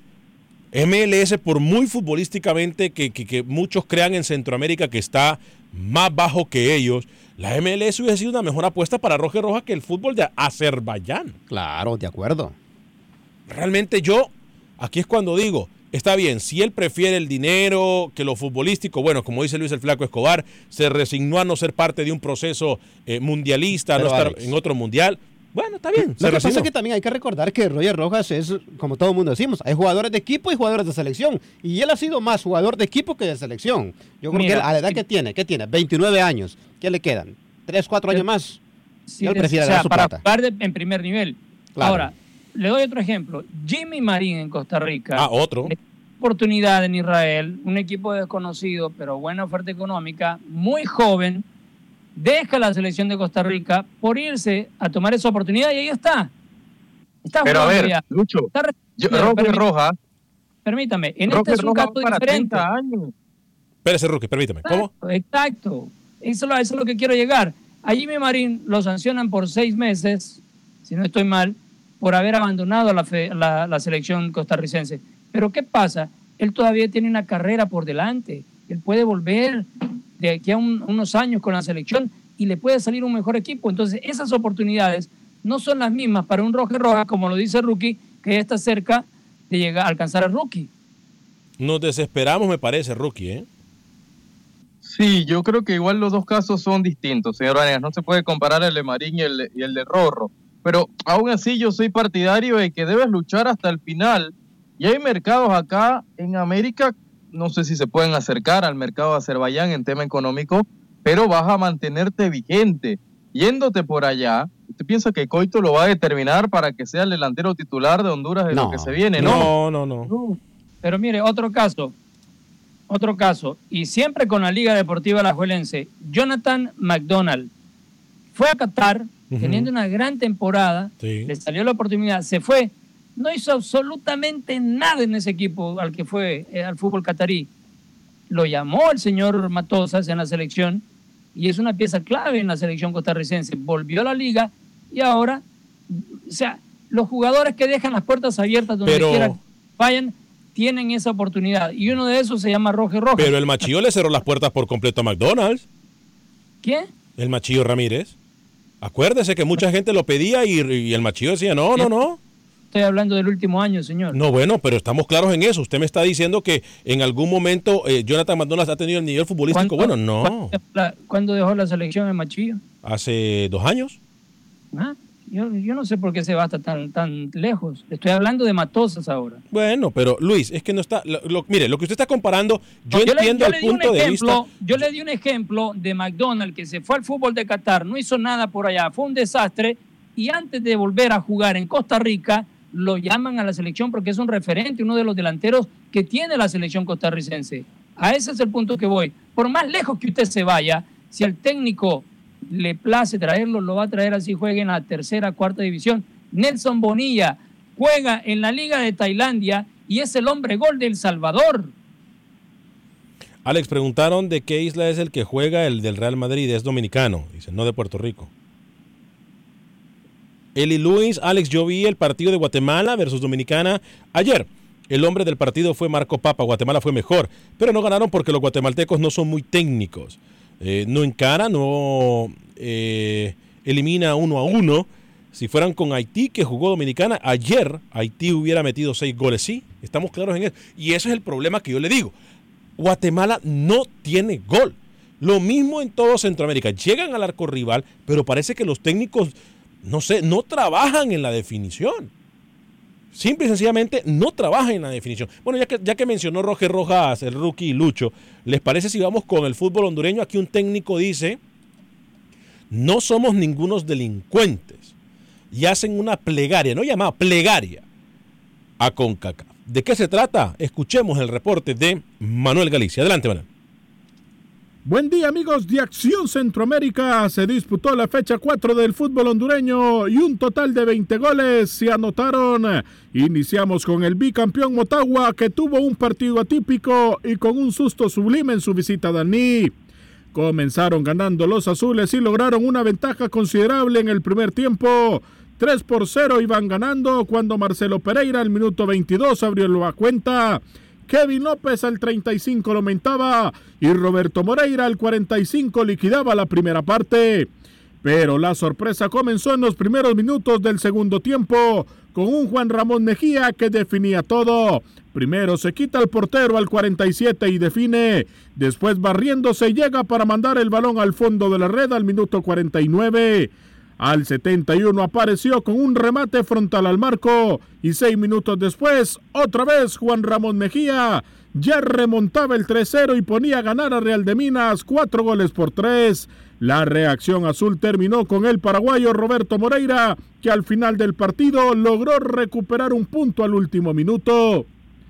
M L S, por muy futbolísticamente que, que, que muchos crean en Centroamérica que está más bajo que ellos, la M L S hubiese sido una mejor apuesta para Roger Rojas que el fútbol de Azerbaiyán. Claro, de acuerdo. Realmente yo, aquí es cuando digo, está bien, si él prefiere el dinero que lo futbolístico, bueno, como dice Luis el Flaco Escobar, se resignó a no ser parte de un proceso eh, mundialista, a no Pero, estar Alex, en otro mundial. Bueno, está bien. Lo se que pasa resignó. es que también hay que recordar que Roger Rojas es, como todo el mundo decimos, hay jugadores de equipo y jugadores de selección. Y él ha sido más jugador de equipo que de selección. Yo creo Mira, que él, a la edad sí. que tiene, ¿qué tiene? veintinueve años. ¿Qué le quedan? ¿Tres, cuatro años más? Sí, él prefiere o sea, ganar su para plata. jugar de- en primer nivel. Claro. Ahora, le doy otro ejemplo. Jimmy Marín en Costa Rica. Ah, otro. Le dio oportunidad en Israel, un equipo desconocido, pero buena oferta económica, muy joven, deja la selección de Costa Rica por irse a tomar esa oportunidad y ahí está. Está Pero a jugando ver, ya. Lucho, Está re- yo, Pero Roger permí- Rojas, Permítame, en Roger este es un Rojas caso va para diferente. treinta años. Espérese, Rookie, permítame. ¿Cómo? Exacto, Exacto. Eso, es lo- eso es lo que quiero llegar. A Jimmy Marín lo sancionan por seis meses, si no estoy mal, por haber abandonado la, fe- la, la selección costarricense. Pero ¿qué pasa? Él todavía tiene una carrera por delante. Él puede volver de aquí a un- unos años con la selección y le puede salir un mejor equipo. Entonces, esas oportunidades no son las mismas para un Roger Rojas, como lo dice Rookie, que ya está cerca de llegar a alcanzar al Rookie. Nos desesperamos, me parece, Rookie, ¿eh? Sí, yo creo que igual los dos casos son distintos, señor Vanegas. No se puede comparar el de Marín y el, de- y el de Rorro. Pero aún así yo soy partidario de que debes luchar hasta el final. Y hay mercados acá en América, no sé si se pueden acercar al mercado de Azerbaiyán en tema económico, pero vas a mantenerte vigente. Yéndote por allá, ¿usted piensa que Coito lo va a determinar para que sea el delantero titular de Honduras de lo No. que se viene? No, No, no, no. Pero mire, otro caso, otro caso, y siempre con la Liga Deportiva Alajuelense, Jonathan McDonald fue a Qatar Ujú. teniendo una gran temporada, Sí. le salió la oportunidad, se fue, no hizo absolutamente nada en ese equipo al que fue, eh, al fútbol catarí. Lo llamó el señor Matosas en la selección y es una pieza clave en la selección costarricense. Volvió a la liga y ahora, o sea, los jugadores que dejan las puertas abiertas donde Pero- quiera que vayan, tienen esa oportunidad. Y uno de esos se llama Roger Rojas. Pero el Machillo le cerró las puertas por completo a McDonald's. ¿Quién? El Machillo Ramírez. Acuérdese que mucha gente lo pedía y, y el Machillo decía, no, no, no. Estoy hablando del último año, señor. No, bueno, pero estamos claros en eso. Usted me está diciendo que en algún momento eh, Jonathan McDonald ha tenido el nivel futbolístico. ¿Cuándo- Bueno, no. ¿cuándo, la- ¿Cuándo dejó la selección en Machillo? Hace dos años. Ah, Yo, yo no sé por qué se va hasta tan, tan lejos. Estoy hablando de Matosas ahora. Bueno, pero Luis, es que no está... lo- lo- mire, lo que usted está comparando, yo No, le- entiendo yo el le di un punto de ejemplo- vista... Yo le di un ejemplo de McDonald que se fue al fútbol de Qatar, no hizo nada por allá, fue un desastre y antes de volver a jugar en Costa Rica lo llaman a la selección porque es un referente, uno de los delanteros que tiene la selección costarricense. A ese es el punto que voy. Por más lejos que usted se vaya, si al técnico le place traerlo, lo va a traer así juegue en la tercera, cuarta división. Nelson Bonilla juega en la Liga de Tailandia y es el hombre gol de El Salvador. Alex, preguntaron de qué isla es el que juega el del Real Madrid. Es dominicano, dice, no de Puerto Rico. Eli Luis, Alex, yo vi el partido de Guatemala versus Dominicana ayer. El hombre del partido fue Marco Papa. Guatemala fue mejor, pero no ganaron porque los guatemaltecos no son muy técnicos. Eh, no encara, no eh, elimina uno a uno. Si fueran con Haití, que jugó Dominicana, ayer Haití hubiera metido seis goles. Sí, estamos claros en eso. Y ese es el problema que yo le digo. Guatemala no tiene gol. Lo mismo en todo Centroamérica. Llegan al arco rival, pero parece que los técnicos, no sé, no trabajan en la definición. Simple y sencillamente no trabajan en la definición. Bueno, ya que, ya que mencionó Roger Rojas, el rookie y Lucho, ¿les parece si vamos con el fútbol hondureño? Aquí un técnico dice, no somos ningunos delincuentes. Y hacen una plegaria, no llamada plegaria, a CONCACAF. ¿De qué se trata? Escuchemos el reporte de Manuel Galicia. Adelante, Manuel. Buen día, amigos de Acción Centroamérica. Se disputó la fecha cuatro del fútbol hondureño y un total de veinte goles se anotaron. Iniciamos con el bicampeón Motagua, que tuvo un partido atípico y con un susto sublime en su visita a Daní. Comenzaron ganando los azules y lograron una ventaja considerable en el primer tiempo. tres por cero iban ganando cuando Marcelo Pereira al minuto veintidós abrió la cuenta. Kevin López al treinta y cinco lo aumentaba y Roberto Moreira al cuarenta y cinco liquidaba la primera parte. Pero la sorpresa comenzó en los primeros minutos del segundo tiempo con un Juan Ramón Mejía que definía todo. Primero se quita el portero al cuarenta y siete y define. Después barriéndose llega para mandar el balón al fondo de la red al minuto cuarenta y nueve. Al setenta y uno apareció con un remate frontal al marco y seis minutos después, otra vez Juan Ramón Mejía ya remontaba el tres cero y ponía a ganar a Real de Minas cuatro goles por tres. La reacción azul terminó con el paraguayo Roberto Moreira, que al final del partido logró recuperar un punto al último minuto.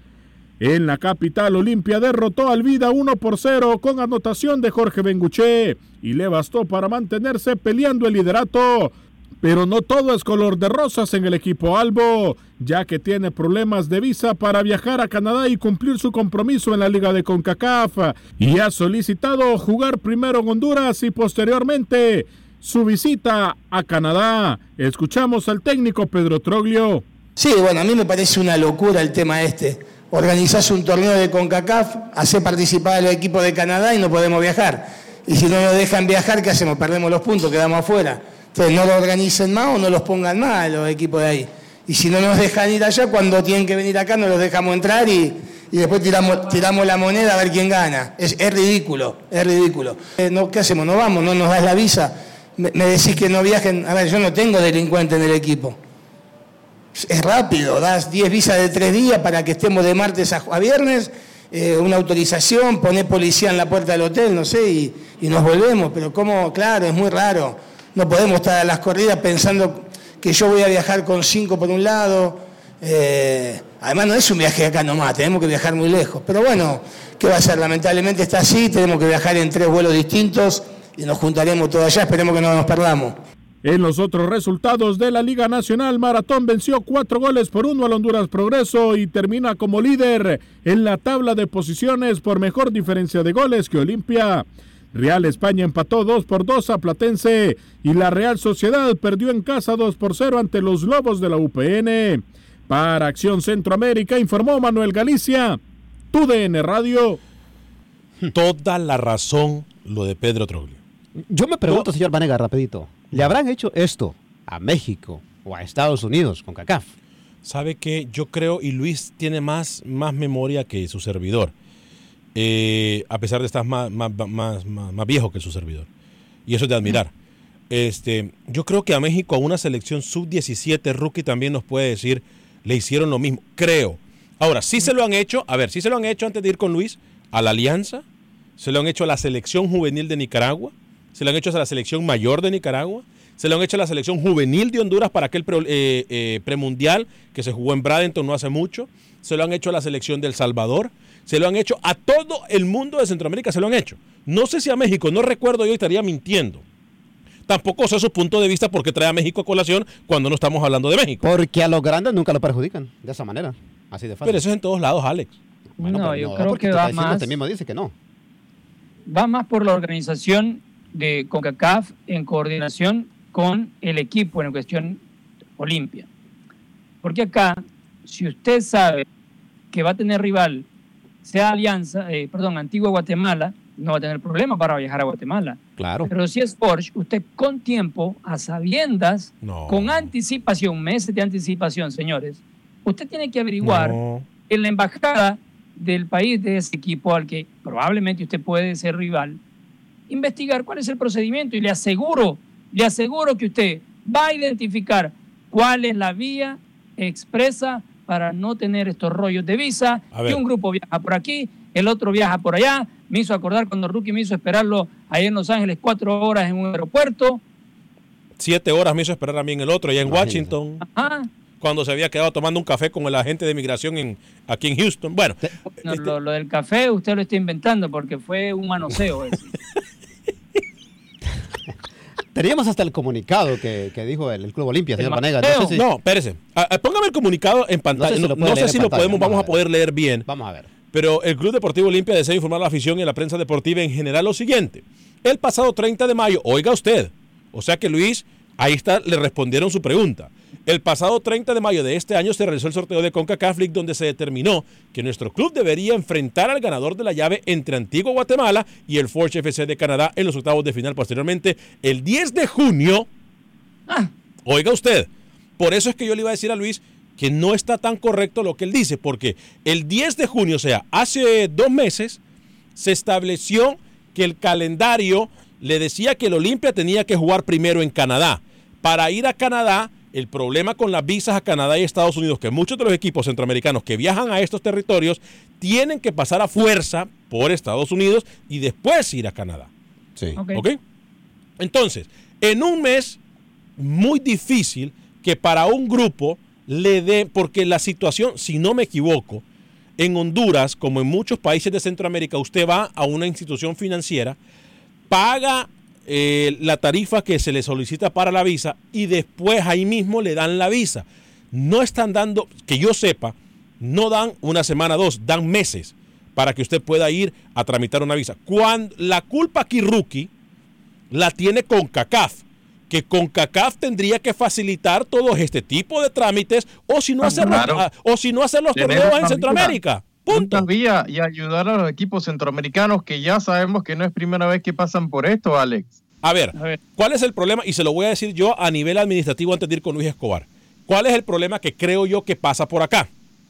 En la capital, Olimpia derrotó al Vida uno por cero con anotación de Jorge Benguché y le bastó para mantenerse peleando el liderato. Pero no todo es color de rosas en el equipo albo, ya que tiene problemas de visa para viajar a Canadá y cumplir su compromiso en la Liga de CONCACAF. Y ha solicitado jugar primero en Honduras y posteriormente su visita a Canadá. Escuchamos al técnico Pedro Troglio. Sí, bueno, a mí me parece una locura el tema este. Organizás un torneo de CONCACAF, hace participar al equipo de Canadá y no podemos viajar. Y si no nos dejan viajar, ¿qué hacemos? Perdemos los puntos, quedamos afuera. Entonces no lo organicen más o no los pongan más a los equipos de ahí. Y si no nos dejan ir allá, cuando tienen que venir acá, no los dejamos entrar y, y después tiramos, tiramos la moneda a ver quién gana. Es, es ridículo, es ridículo. Eh, no, ¿qué hacemos? No vamos, no nos das la visa. Me, me decís que no viajen. A ver, yo no tengo delincuente en el equipo. Es rápido, das diez visas de tres días para que estemos de martes a, a viernes, eh, una autorización, poner policía en la puerta del hotel, no sé, y, y nos volvemos. Pero como, claro, es muy raro. No podemos estar a las corridas pensando que yo voy a viajar con cinco por un lado. Eh, además no es un viaje acá nomás, tenemos que viajar muy lejos. Pero bueno, ¿qué va a ser? Lamentablemente está así, tenemos que viajar en tres vuelos distintos y nos juntaremos todos allá, esperemos que no nos perdamos. En los otros resultados de la Liga Nacional, Maratón venció cuatro goles por uno al Honduras Progreso y termina como líder en la tabla de posiciones por mejor diferencia de goles que Olimpia. Real España empató dos por dos a Platense y la Real Sociedad perdió en casa dos por cero ante los Lobos de la U P N. Para Acción Centroamérica informó Manuel Galicia, T U D N Radio. Toda la razón lo de Pedro Troglio. Yo me pregunto, señor Vanega, rapidito, ¿le habrán hecho esto a México o a Estados Unidos con CONCACAF? Sabe que yo creo, y Luis tiene más, más memoria que su servidor, eh, a pesar de estar más, más, más, más, más viejo que su servidor, y eso es de admirar. Este, yo creo que a México, a una selección sub diecisiete rookie, también nos puede decir, le hicieron lo mismo, creo. Ahora, sí se lo han hecho, a ver, sí se lo han hecho antes de ir con Luis, a la Alianza, se lo han hecho a la selección juvenil de Nicaragua, se lo han hecho a la selección mayor de Nicaragua, se lo han hecho a la selección juvenil de Honduras para aquel pre, eh, eh, premundial que se jugó en Bradenton no hace mucho, se lo han hecho a la selección de El Salvador, se lo han hecho a todo el mundo de Centroamérica, se lo han hecho. No sé si a México, no recuerdo, yo estaría mintiendo. Tampoco sé su punto de vista porque trae a México a colación cuando no estamos hablando de México. Porque a los grandes nunca lo perjudican de esa manera, así de fácil. Pero eso es en todos lados, Alex. Bueno, no, yo no, creo que va más... Usted mismo dice que no. Va más por la organización de CONCACAF en coordinación con el equipo en cuestión Olimpia. Porque acá, si usted sabe que va a tener rival, sea Alianza, eh, perdón, Antigua Guatemala, no va a tener problema para viajar a Guatemala. Claro. Pero si es Forge, usted con tiempo, a sabiendas, no. con anticipación, meses de anticipación, señores, usted tiene que averiguar no. en la embajada del país de ese equipo al que probablemente usted puede ser rival, investigar cuál es el procedimiento y le aseguro, le aseguro que usted va a identificar cuál es la vía expresa para no tener estos rollos de visa, que un grupo viaja por aquí, el otro viaja por allá. Me hizo acordar cuando Rookie me hizo esperarlo ahí en Los Ángeles cuatro horas en un aeropuerto. Siete horas me hizo esperar a mí en el otro, allá en Washington. Ajá. Cuando se había quedado tomando un café con el agente de migración en, aquí en Houston. Bueno. No, este... lo, lo del café usted lo está inventando porque fue un manoseo ese. Teníamos hasta el comunicado que, que dijo el, el Club Olimpia, señor Vanegas. No, sé si... no, espérese. Ah, póngame el comunicado en pantalla. No sé si lo, no, no sé si lo pantalla. podemos, vamos, vamos a, a poder leer bien. Vamos a ver. Pero el Club Deportivo Olimpia desea informar a la afición y a la prensa deportiva en general lo siguiente. El pasado treinta de mayo, oiga usted, o sea que Luis, ahí está, le respondieron su pregunta. El pasado treinta de mayo de este año se realizó el sorteo de CONCACAF League donde se determinó que nuestro club debería enfrentar al ganador de la llave entre Antigua Guatemala y el Forge F C de Canadá en los octavos de final posteriormente el diez de junio. Ah. Oiga usted, por eso es que yo le iba a decir a Luis que no está tan correcto lo que él dice, porque el diez de junio, o sea, hace dos meses, se estableció que el calendario le decía que el Olimpia tenía que jugar primero en Canadá. Para ir a Canadá, el problema con las visas a Canadá y Estados Unidos, que muchos de los equipos centroamericanos que viajan a estos territorios tienen que pasar a fuerza por Estados Unidos y después ir a Canadá. Sí. ¿Ok? ¿Okay? Entonces, en un mes muy difícil que para un grupo le dé, porque la situación, si no me equivoco, en Honduras, como en muchos países de Centroamérica, usted va a una institución financiera, paga eh, la tarifa que se le solicita para la visa y después ahí mismo le dan la visa. No están dando, que yo sepa, no dan una semana, dos, dan meses para que usted pueda ir a tramitar una visa. Cuando la culpa aquí, Rookie, la tiene CONCACAF, que CONCACAF tendría que facilitar todo este tipo de trámites o si no hacer claro. los, o si no hacer los torneos en Centroamérica. Punto. Vía y ayudar a los equipos centroamericanos que ya sabemos que no es primera vez que pasan por esto, Alex. A ver, a ver, ¿cuál es el problema? Y se lo voy a decir yo a nivel administrativo antes de ir con Luis Escobar. ¿Cuál es el problema que creo yo que pasa por acá?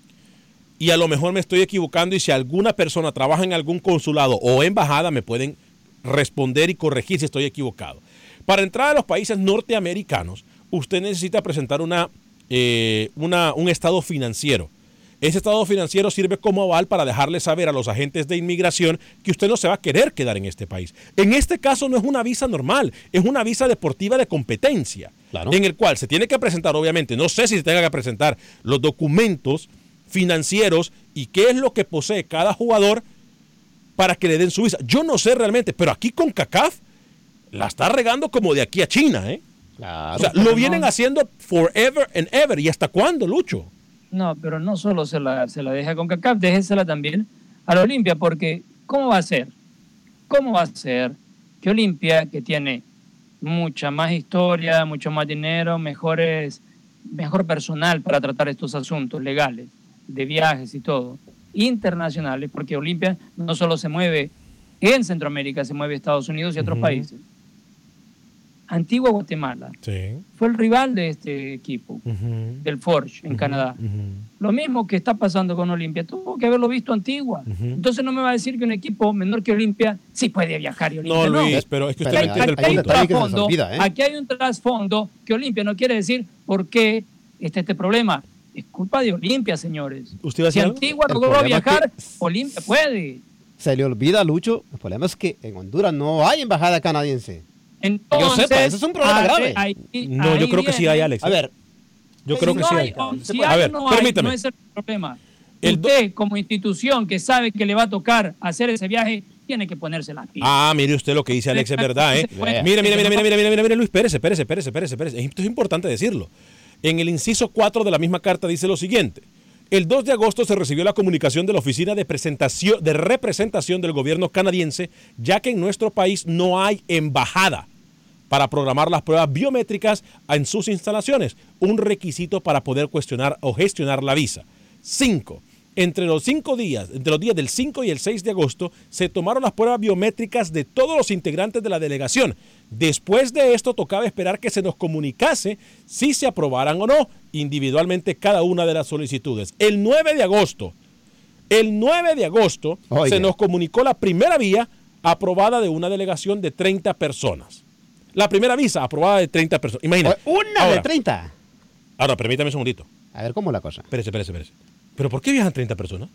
Y a lo mejor me estoy equivocando y si alguna persona trabaja en algún consulado o embajada me pueden responder y corregir si estoy equivocado. Para entrar a los países norteamericanos, usted necesita presentar una, eh, una, un estado financiero. Ese estado financiero sirve como aval para dejarle saber a los agentes de inmigración que usted no se va a querer quedar en este país. En este caso no es una visa normal, es una visa deportiva de competencia, claro, en el cual se tiene que presentar, obviamente, no sé si se tenga que presentar los documentos financieros y qué es lo que posee cada jugador para que le den su visa. Yo no sé realmente, pero aquí con CONCACAF la está regando como de aquí a China, ¿eh? Claro, o sea, lo vienen no. haciendo forever and ever. ¿Y hasta cuándo, Lucho? No, pero no solo se la, se la deja con CONCACAF, déjesela también a la Olimpia, porque ¿cómo va a ser? ¿Cómo va a ser que Olimpia, que tiene mucha más historia, mucho más dinero, mejores, mejor personal para tratar estos asuntos legales, de viajes y todo, internacionales, porque Olimpia no solo se mueve en Centroamérica, se mueve Estados Unidos y otros uh-huh. países. Antigua Guatemala sí. fue el rival de este equipo, uh-huh. del Forge en uh-huh. Canadá. Uh-huh. Lo mismo que está pasando con Olimpia, tuvo que haberlo visto Antigua. Uh-huh. Entonces no me va a decir que un equipo menor que Olimpia sí puede viajar y Olimpia no. No, Luis, pero es que usted aquí, no entiende aquí, el punto. Hay un trasfondo, olvida, ¿eh? Aquí hay un trasfondo que Olimpia no quiere decir por qué está este problema. Es culpa de Olimpia, señores. ¿Usted va a si algo? Antigua logró viajar, que... Olimpia puede. Se le olvida, Lucho, el problema es que en Honduras no hay embajada canadiense. Entonces, yo sepa, ese es un problema ahí- grave. ahí- No, ahí yo creo que sí viene. hay, Alex. A ver, Yo creo que no sí hay, hay. o- si A hay ver, o no hay, permítame. no es el problema. El do- Usted, como institución que sabe que le va a tocar hacer ese viaje, tiene que ponerse las pilas. Ah, mire usted lo que dice Alex, es verdad, ¿eh? Vea. Mire, mire, mire, mire, mire, mire, mire, mire, Luis, espérese, espérese, espérese, espérese, espérese. Esto es importante decirlo. En el inciso cuatro de la misma carta dice lo siguiente. El dos de agosto se recibió la comunicación de la Oficina de, presentación, de Representación del Gobierno canadiense, ya que en nuestro país no hay embajada para programar las pruebas biométricas en sus instalaciones, un requisito para poder cuestionar o gestionar la visa. Cinco. Entre los cinco días, entre los días del cinco y el seis de agosto, se tomaron las pruebas biométricas de todos los integrantes de la delegación. Después de esto, tocaba esperar que se nos comunicase si se aprobaran o no individualmente cada una de las solicitudes. El nueve de agosto, el nueve de agosto, Oiga. se nos comunicó la primera vía aprobada de una delegación de treinta personas. La primera visa aprobada de treinta personas. Imagínate. Una Ahora, de treinta. Ahora, permítame un segundito. A ver cómo es la cosa. Espérese, espérese, espérese. ¿Pero por qué viajan treinta personas?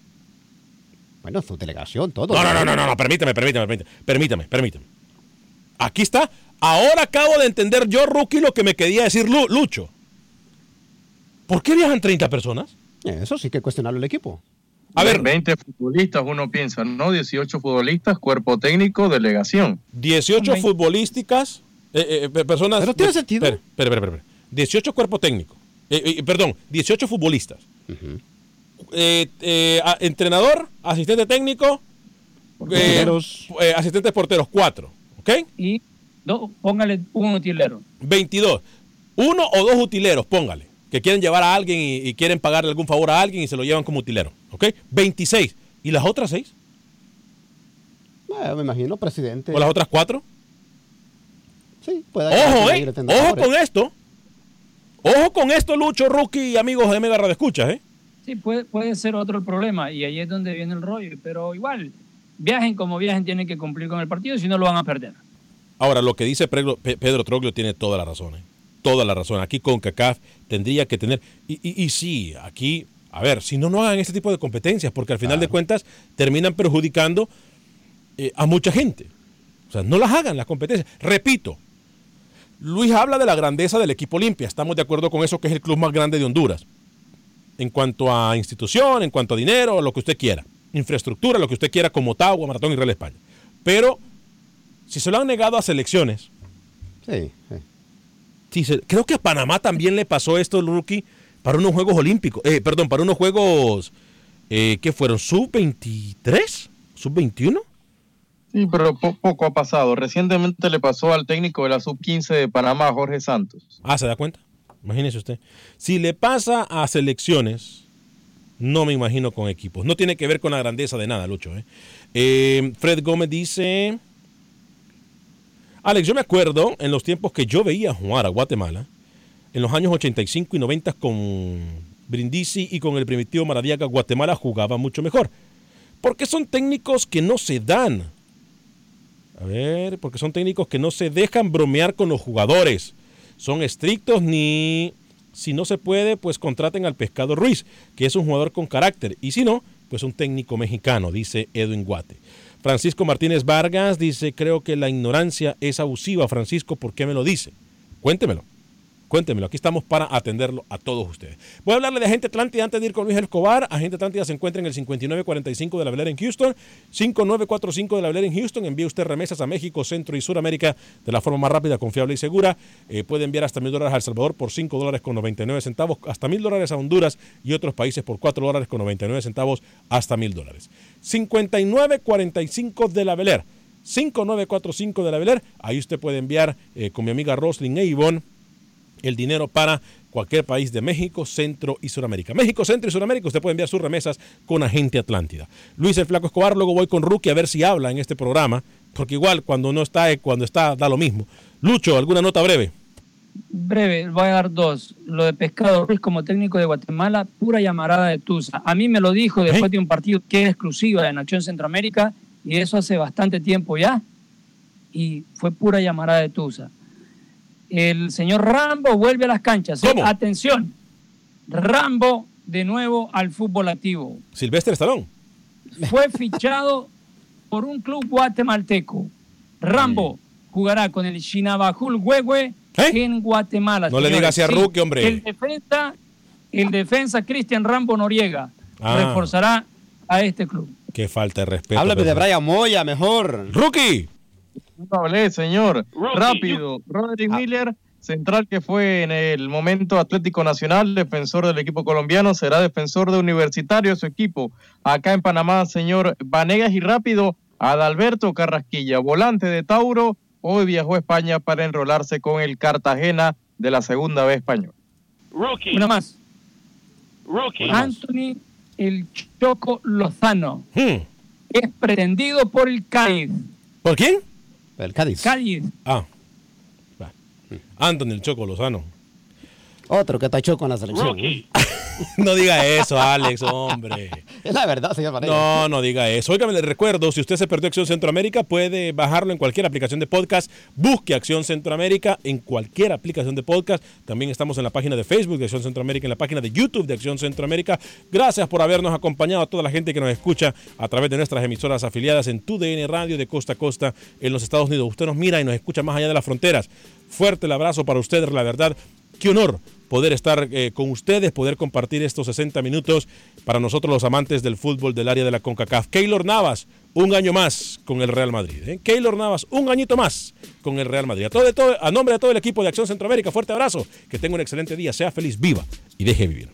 Bueno, su delegación, todo. No, no, no, no, no, no, permítame, permítame, permítame, permítame, permítame. Aquí está. Ahora acabo de entender yo, Rookie, lo que me quería decir Lu- Lucho. ¿Por qué viajan treinta personas? Eso sí que cuestionarlo el equipo. A ver, veinte futbolistas, uno piensa, ¿no? dieciocho futbolistas, cuerpo técnico, delegación. dieciocho futbolísticas, eh, eh, personas... Pero tiene sentido. Espera, espera, espera, espera. dieciocho cuerpo técnico. Eh, eh, perdón, dieciocho futbolistas. Ujú. Eh, eh, a- entrenador, asistente técnico, eh, Porteros. eh, asistentes porteros, cuatro. ¿Ok? Y do- póngale un utilero. veintidós. Uno o dos utileros, póngale, que quieren llevar a alguien y, y quieren pagarle algún favor a alguien y se lo llevan como utilero. ¿Ok? veintiséis. ¿Y las otras seis? Eh, me imagino, presidente. ¿O las otras cuatro? Sí, puede Ojo, haber eh. el Ojo entrenador, con esto. Ojo con esto, Lucho, Rookie y amigos de Mega Radio Escuchas, ¿eh? Sí, puede, puede ser otro el problema y ahí es donde viene el rollo. Pero igual, viajen como viajen, tienen que cumplir con el partido, si no lo van a perder. Ahora, lo que dice Pedro, Pedro Troglio tiene toda la razón, ¿eh? Toda la razón. Aquí con CACAF tendría que tener... Y, y, y sí, aquí... A ver, si no, no hagan este tipo de competencias, porque al final Claro. de cuentas terminan perjudicando eh, a mucha gente. O sea, no las hagan las competencias. Repito, Luis habla de la grandeza del equipo Olimpia. Estamos de acuerdo con eso, que es el club más grande de Honduras. En cuanto a institución, en cuanto a dinero, lo que usted quiera. Infraestructura, lo que usted quiera, como Motagua, Maratón y Real España. Pero, si se lo han negado a selecciones, Sí, sí. sí, se- creo que a Panamá también le pasó esto, el Rookie, para unos Juegos Olímpicos. Eh, perdón, para unos Juegos, eh, ¿qué fueron? ¿sub veintitrés? ¿sub veintiuno? Sí, pero po- poco ha pasado. Recientemente le pasó al técnico de la sub quince de Panamá, Jorge Santos. Ah, ¿se da cuenta? Imagínese usted. Si le pasa a selecciones, no me imagino con equipos. No tiene que ver con la grandeza de nada, Lucho. ¿eh? Eh, Fred Gómez dice... Alex, yo me acuerdo en los tiempos que yo veía jugar a Guatemala, en los años ochenta y cinco y noventa con Brindisi y con el Primitivo Maradiaga, Guatemala jugaba mucho mejor. Porque son técnicos que no se dan. A ver, porque son técnicos que no se dejan bromear con los jugadores. Son estrictos, ni si no se puede, pues contraten al Pescado Ruiz, que es un jugador con carácter. Y si no, pues un técnico mexicano, dice Edwin Guate. Francisco Martínez Vargas dice, creo que la ignorancia es abusiva. Francisco, ¿por qué me lo dice? Cuéntemelo. Cuéntemelo, aquí estamos para atenderlo a todos ustedes. Voy a hablarle de Agente Atlántida antes de ir con Luis Escobar. Agente Atlántida se encuentra en el cincuenta y nueve cuarenta y cinco de la Valera en Houston, cincuenta y nueve cuarenta y cinco de la Valera en Houston. Envíe usted remesas a México, Centro y Suramérica de la forma más rápida, confiable y segura. Eh, puede enviar hasta mil dólares a El Salvador por cinco dólares con noventa y nueve centavos, hasta mil dólares a Honduras y otros países por cuatro dólares con noventa y nueve centavos, hasta mil dólares. cincuenta y nueve cuarenta y cinco de la Valera, cincuenta y nueve cuarenta y cinco de la Valera. Ahí usted puede enviar eh, con mi amiga Roslyn e Ivonne el dinero para cualquier país de México, Centro y Suramérica. México, Centro y Suramérica, usted puede enviar sus remesas con Agente Atlántida. Luis el Flaco Escobar, luego voy con Rookie a ver si habla en este programa, porque igual cuando no está, cuando está, da lo mismo. Lucho, ¿alguna nota breve? Breve, voy a dar dos. Lo de Pescado Ruiz como técnico de Guatemala, pura llamarada de Tusa. A mí me lo dijo después ¿Eh? de un partido que es exclusiva de Nación Centroamérica, y eso hace bastante tiempo ya, y fue pura llamarada de Tusa. El señor Rambo vuelve a las canchas. ¿eh? ¿Cómo? Atención, Rambo de nuevo al fútbol activo. Silvestre Stallone. Fue fichado por un club guatemalteco. Rambo, jugará con el Shinabajul Huehue ¿Eh? en Guatemala. No señores. le digas así a Rookie, hombre. El defensa, el defensa Cristian Rambo Noriega ah. reforzará a este club. Qué falta de respeto. Háblame de Brian Moya, mejor. Rookie. No hablé, señor. Rookie. Rápido. Roderick ah. Miller, central que fue en el momento Atlético Nacional, defensor del equipo colombiano, será defensor de Universitario, su equipo. Acá en Panamá, señor Vanegas. Y rápido, Adalberto Carrasquilla, volante de Tauro, hoy viajó a España para enrolarse con el Cartagena de la segunda B español. Rookie. Una más. Rookie. Anthony el Choco Lozano hmm. es pretendido por el Cádiz. ¿Por quién? El Cádiz. Cádiz. Ah. Anthony el Choco Lozano. Otro que está choco en la selección. No diga eso, Alex, hombre. Es la verdad, señor Vanegas. No, no diga eso. Óigame, le recuerdo, si usted se perdió Acción Centroamérica, puede bajarlo en cualquier aplicación de podcast. Busque Acción Centroamérica en cualquier aplicación de podcast. También estamos en la página de Facebook de Acción Centroamérica, en la página de YouTube de Acción Centroamérica. Gracias por habernos acompañado, a toda la gente que nos escucha a través de nuestras emisoras afiliadas en Tu D N Radio de costa a costa en los Estados Unidos. Usted nos mira y nos escucha más allá de las fronteras. Fuerte el abrazo para ustedes, la verdad. Qué honor poder estar eh, con ustedes, poder compartir estos sesenta minutos para nosotros los amantes del fútbol del área de la CONCACAF. Keylor Navas, un año más con el Real Madrid. ¿eh? Keylor Navas, un añito más con el Real Madrid. A, todo, todo, a nombre de todo el equipo de Acción Centroamérica, fuerte abrazo, que tenga un excelente día, sea feliz, viva y deje vivir.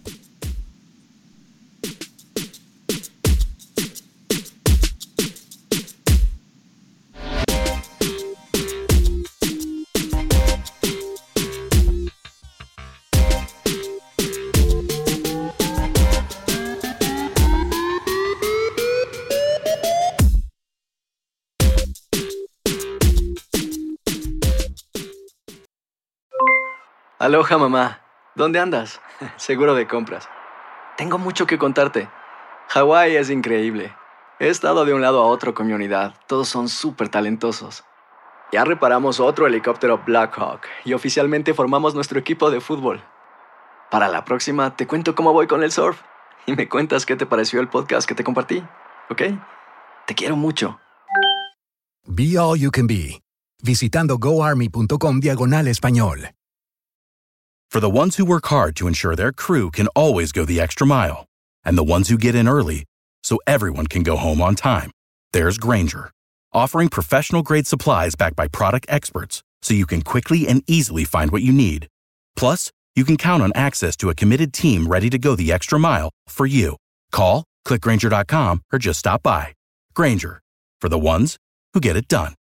Aloha, mamá. ¿Dónde andas? Seguro de compras. Tengo mucho que contarte. Hawái es increíble. He estado de un lado a otro con mi unidad. Todos son súper talentosos. Ya reparamos otro helicóptero Blackhawk y oficialmente formamos nuestro equipo de fútbol. Para la próxima te cuento cómo voy con el surf y me cuentas qué te pareció el podcast que te compartí, ¿ok? Te quiero mucho. Be All You Can Be. Visitando goarmy.com diagonal español. For the ones who work hard to ensure their crew can always go the extra mile, and the ones who get in early so everyone can go home on time, there's Grainger, offering professional-grade supplies backed by product experts so you can quickly and easily find what you need. Plus, you can count on access to a committed team ready to go the extra mile for you. Call, click Grainger dot com, or just stop by. Grainger, for the ones who get it done.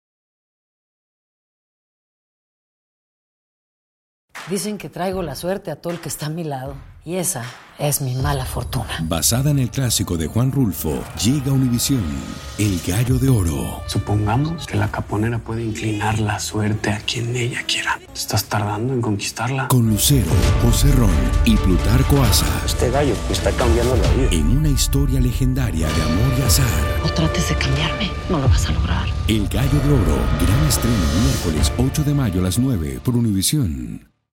Dicen que traigo la suerte a todo el que está a mi lado. Y esa es mi mala fortuna. Basada en el clásico de Juan Rulfo, llega Univisión, El Gallo de Oro. Supongamos que la caponera puede inclinar la suerte a quien ella quiera. ¿Estás tardando en conquistarla? Con Lucero, José Ron y Plutarco Asa. Este gallo me está cambiando la vida. En una historia legendaria de amor y azar. No trates de cambiarme, no lo vas a lograr. El Gallo de Oro, gran estreno miércoles ocho de mayo a las nueve por Univisión.